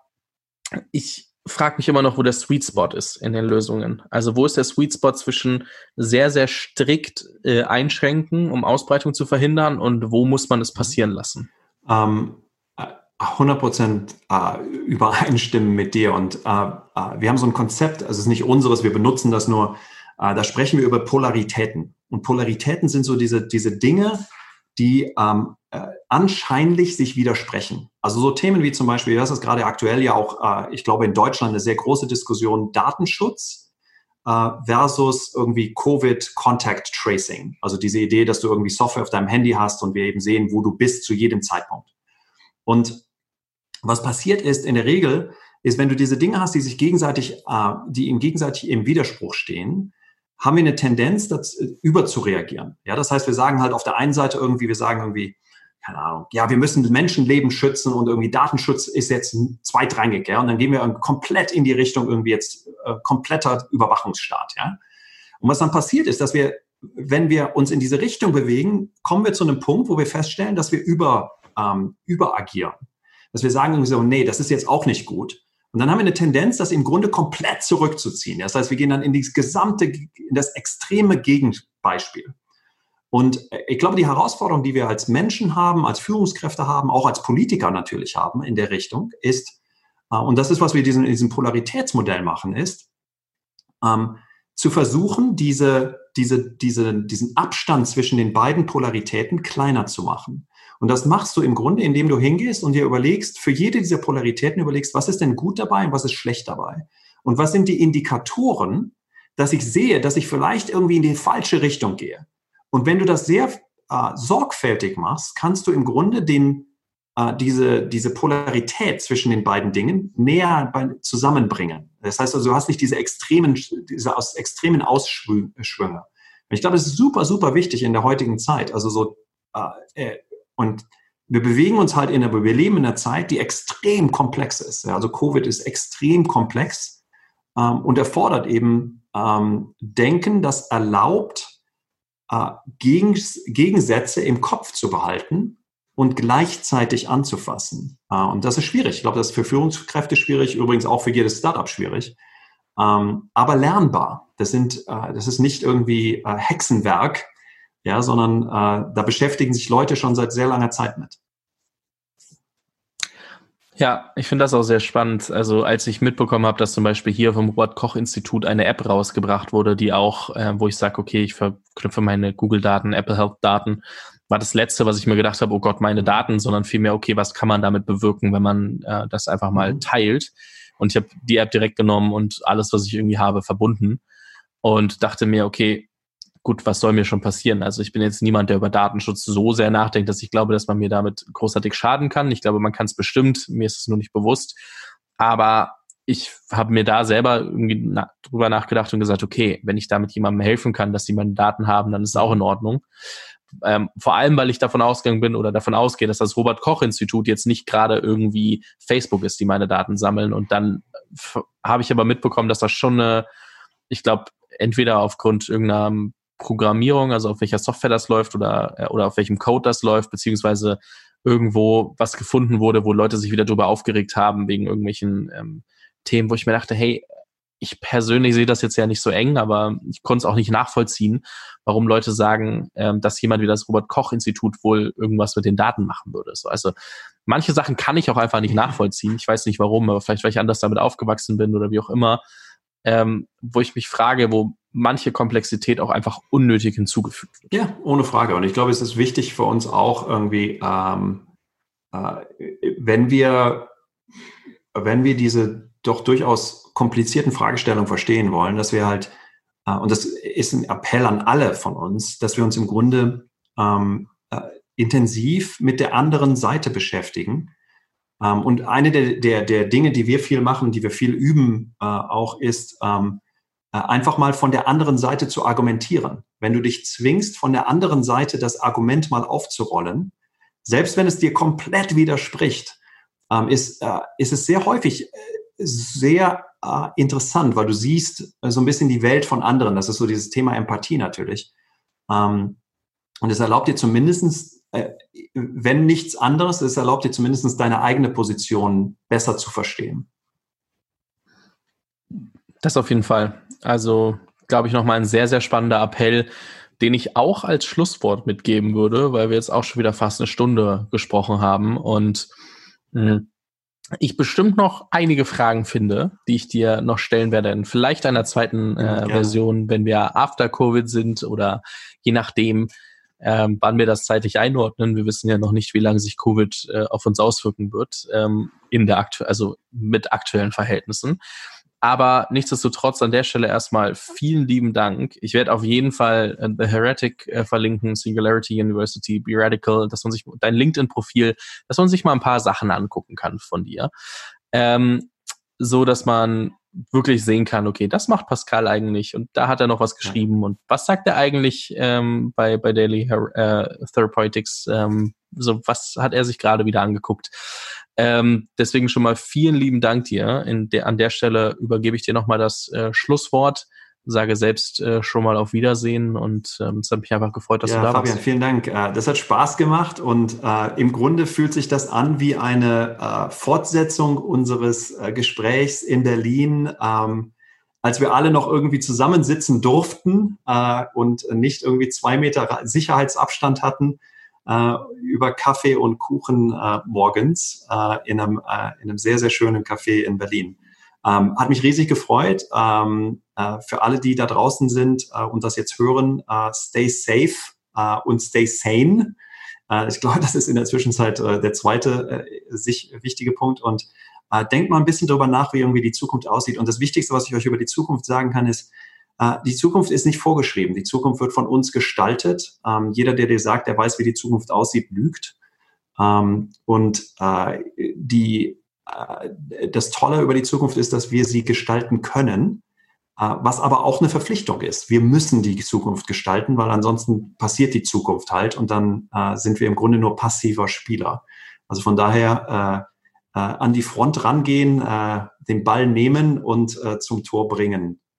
ich frage mich immer noch, wo der Sweet Spot ist in den Lösungen. Also wo ist der Sweet Spot zwischen sehr, sehr strikt äh, einschränken, um Ausbreitung zu verhindern und wo muss man es passieren lassen? Ähm, hundert Prozent äh, übereinstimmen mit dir und äh, äh, wir haben so ein Konzept, also es ist nicht unseres, wir benutzen das nur, äh, da sprechen wir über Polaritäten und Polaritäten sind so diese, diese Dinge, die ähm, äh, anscheinlich sich widersprechen. Also so Themen wie zum Beispiel, das ist gerade aktuell ja auch, äh, ich glaube in Deutschland eine sehr große Diskussion, Datenschutz äh, versus irgendwie Covid Contact Tracing. Also diese Idee, dass du irgendwie Software auf deinem Handy hast und wir eben sehen, wo du bist zu jedem Zeitpunkt. Und was passiert ist in der Regel, ist, wenn du diese Dinge hast, die sich gegenseitig, äh, die im gegenseitig im Widerspruch stehen, haben wir eine Tendenz, das überzureagieren. Ja, das heißt, wir sagen halt auf der einen Seite irgendwie, wir sagen irgendwie, keine Ahnung, ja, wir müssen Menschenleben schützen und irgendwie Datenschutz ist jetzt zweitrangig, ja, und dann gehen wir komplett in die Richtung irgendwie jetzt äh, kompletter Überwachungsstaat, ja. Und was dann passiert ist, dass wir, wenn wir uns in diese Richtung bewegen, kommen wir zu einem Punkt, wo wir feststellen, dass wir über, ähm, überagieren. Dass wir sagen irgendwie so, nee, das ist jetzt auch nicht gut. Und dann haben wir eine Tendenz, das im Grunde komplett zurückzuziehen. Das heißt, wir gehen dann in das gesamte, in das extreme Gegenbeispiel. Und ich glaube, die Herausforderung, die wir als Menschen haben, als Führungskräfte haben, auch als Politiker natürlich haben in der Richtung, ist, und das ist, was wir in diesem Polaritätsmodell machen, ist, ähm, zu versuchen, diese, diese, diese, diesen Abstand zwischen den beiden Polaritäten kleiner zu machen. Und das machst du im Grunde, indem du hingehst und dir überlegst, für jede dieser Polaritäten überlegst, was ist denn gut dabei und was ist schlecht dabei? Und was sind die Indikatoren, dass ich sehe, dass ich vielleicht irgendwie in die falsche Richtung gehe? Und wenn du das sehr äh, sorgfältig machst, kannst du im Grunde den, äh, diese, diese Polarität zwischen den beiden Dingen näher bei, zusammenbringen. Das heißt also, du hast nicht diese extremen, diese aus, extremen Ausschwünge. Ich glaube, das ist super, super wichtig in der heutigen Zeit. Also so, äh, und wir bewegen uns halt in einer, wir leben in einer Zeit, die extrem komplex ist. Also Covid ist extrem komplex ähm, und erfordert eben ähm, Denken, das erlaubt, äh, Gegens, Gegensätze im Kopf zu behalten und gleichzeitig anzufassen. Äh, und das ist schwierig. Ich glaube, das ist für Führungskräfte schwierig, übrigens auch für jedes Startup schwierig. Ähm, aber lernbar. Das sind, äh, das ist nicht irgendwie äh, Hexenwerk, ja, sondern äh, da beschäftigen sich Leute schon seit sehr langer Zeit mit. Ja, ich finde das auch sehr spannend. Also als ich mitbekommen habe, dass zum Beispiel hier vom Robert-Koch-Institut eine App rausgebracht wurde, die auch, äh, wo ich sage, okay, ich verknüpfe meine Google-Daten, Apple Health-Daten, war das Letzte, was ich mir gedacht habe, oh Gott, meine Daten, sondern vielmehr, okay, was kann man damit bewirken, wenn man äh, das einfach mal mhm. teilt? Und ich habe die App direkt genommen und alles, was ich irgendwie habe, verbunden und dachte mir, okay, gut, was soll mir schon passieren? Also ich bin jetzt niemand, der über Datenschutz so sehr nachdenkt, dass ich glaube, dass man mir damit großartig schaden kann. Ich glaube, man kann es bestimmt, mir ist es nur nicht bewusst. Aber ich habe mir da selber irgendwie na- drüber nachgedacht und gesagt, okay, wenn ich damit jemandem helfen kann, dass die meine Daten haben, dann ist es auch in Ordnung. Ähm, vor allem, weil ich davon ausgegangen bin oder davon ausgehe, dass das Robert-Koch-Institut jetzt nicht gerade irgendwie Facebook ist, die meine Daten sammeln. Und dann f- habe ich aber mitbekommen, dass das schon eine, ich glaube, entweder aufgrund irgendeiner Programmierung, also auf welcher Software das läuft oder, oder auf welchem Code das läuft, beziehungsweise irgendwo was gefunden wurde, wo Leute sich wieder drüber aufgeregt haben wegen irgendwelchen ähm, Themen, wo ich mir dachte, hey, ich persönlich sehe das jetzt ja nicht so eng, aber ich konnte es auch nicht nachvollziehen, warum Leute sagen, ähm, dass jemand wie das Robert-Koch-Institut wohl irgendwas mit den Daten machen würde. So, also manche Sachen kann ich auch einfach nicht nachvollziehen. Ich weiß nicht warum, aber vielleicht, weil ich anders damit aufgewachsen bin oder wie auch immer, ähm, wo ich mich frage, wo manche Komplexität auch einfach unnötig hinzugefügt wird. Ja, ohne Frage. Und ich glaube, es ist wichtig für uns auch irgendwie, ähm, äh, wenn wir, wenn wir diese doch durchaus komplizierten Fragestellungen verstehen wollen, dass wir halt, äh, und das ist ein Appell an alle von uns, dass wir uns im Grunde ähm, äh, intensiv mit der anderen Seite beschäftigen. Ähm, und eine der, der, der Dinge, die wir viel machen, die wir viel üben, äh, auch ist, ähm, äh, einfach mal von der anderen Seite zu argumentieren. Wenn du dich zwingst, von der anderen Seite das Argument mal aufzurollen, selbst wenn es dir komplett widerspricht, ähm, ist, äh, ist es sehr häufig äh, sehr äh, interessant, weil du siehst äh, so ein bisschen die Welt von anderen. Das ist so dieses Thema Empathie natürlich. Ähm, und es erlaubt dir zumindestens, äh, wenn nichts anderes, es erlaubt dir zumindestens deine eigene Position besser zu verstehen. Das auf jeden Fall. Also, glaube ich, nochmal ein sehr, sehr spannender Appell, den ich auch als Schlusswort mitgeben würde, weil wir jetzt auch schon wieder fast eine Stunde gesprochen haben und mh, ich bestimmt noch einige Fragen finde, die ich dir noch stellen werde, in vielleicht einer zweiten äh, ja, Version, wenn wir after Covid sind oder je nachdem, ähm, wann wir das zeitlich einordnen. Wir wissen ja noch nicht, wie lange sich Covid äh, auf uns auswirken wird, ähm, in der aktu- also mit aktuellen Verhältnissen. Aber nichtsdestotrotz an der Stelle erstmal vielen lieben Dank. Ich werde auf jeden Fall äh, The Heretic äh, verlinken, Singularity University, Be Radical, dass man sich dein LinkedIn-Profil, dass man sich mal ein paar Sachen angucken kann von dir. Ähm, so, dass man wirklich sehen kann, okay, das macht Pascal eigentlich und da hat er noch was geschrieben und was sagt er eigentlich ähm, bei, bei Daily äh, Therapeutics, ähm, so was hat er sich gerade wieder angeguckt. Ähm, deswegen schon mal vielen lieben Dank dir. In der, an der Stelle übergebe ich dir nochmal das äh, Schlusswort, sage selbst äh, schon mal auf Wiedersehen und ähm, es hat mich einfach gefreut, dass ja, du da Fabian, warst. Vielen Dank. Das hat Spaß gemacht und äh, im Grunde fühlt sich das an wie eine äh, Fortsetzung unseres äh, Gesprächs in Berlin, ähm, als wir alle noch irgendwie zusammensitzen durften äh, und nicht irgendwie zwei Meter Sicherheitsabstand hatten, äh, über Kaffee und Kuchen äh, morgens äh, in, einem, äh, in einem sehr, sehr schönen Café in Berlin. Ähm, hat mich riesig gefreut. Ähm, äh, für alle, die da draußen sind äh, und das jetzt hören, äh, stay safe äh, und stay sane. Äh, ich glaube, das ist in der Zwischenzeit äh, der zweite äh, sich wichtige Punkt. Und äh, denkt mal ein bisschen darüber nach, wie irgendwie die Zukunft aussieht. Und das Wichtigste, was ich euch über die Zukunft sagen kann, ist, äh, die Zukunft ist nicht vorgeschrieben. Die Zukunft wird von uns gestaltet. Ähm, jeder, der dir sagt, der weiß, wie die Zukunft aussieht, lügt. Ähm, und äh, die das Tolle über die Zukunft ist, dass wir sie gestalten können, was aber auch eine Verpflichtung ist. Wir müssen die Zukunft gestalten, weil ansonsten passiert die Zukunft halt und dann äh, sind wir im Grunde nur passiver Spieler. Also von daher äh, äh, an die Front rangehen, äh, den Ball nehmen und äh, zum Tor bringen.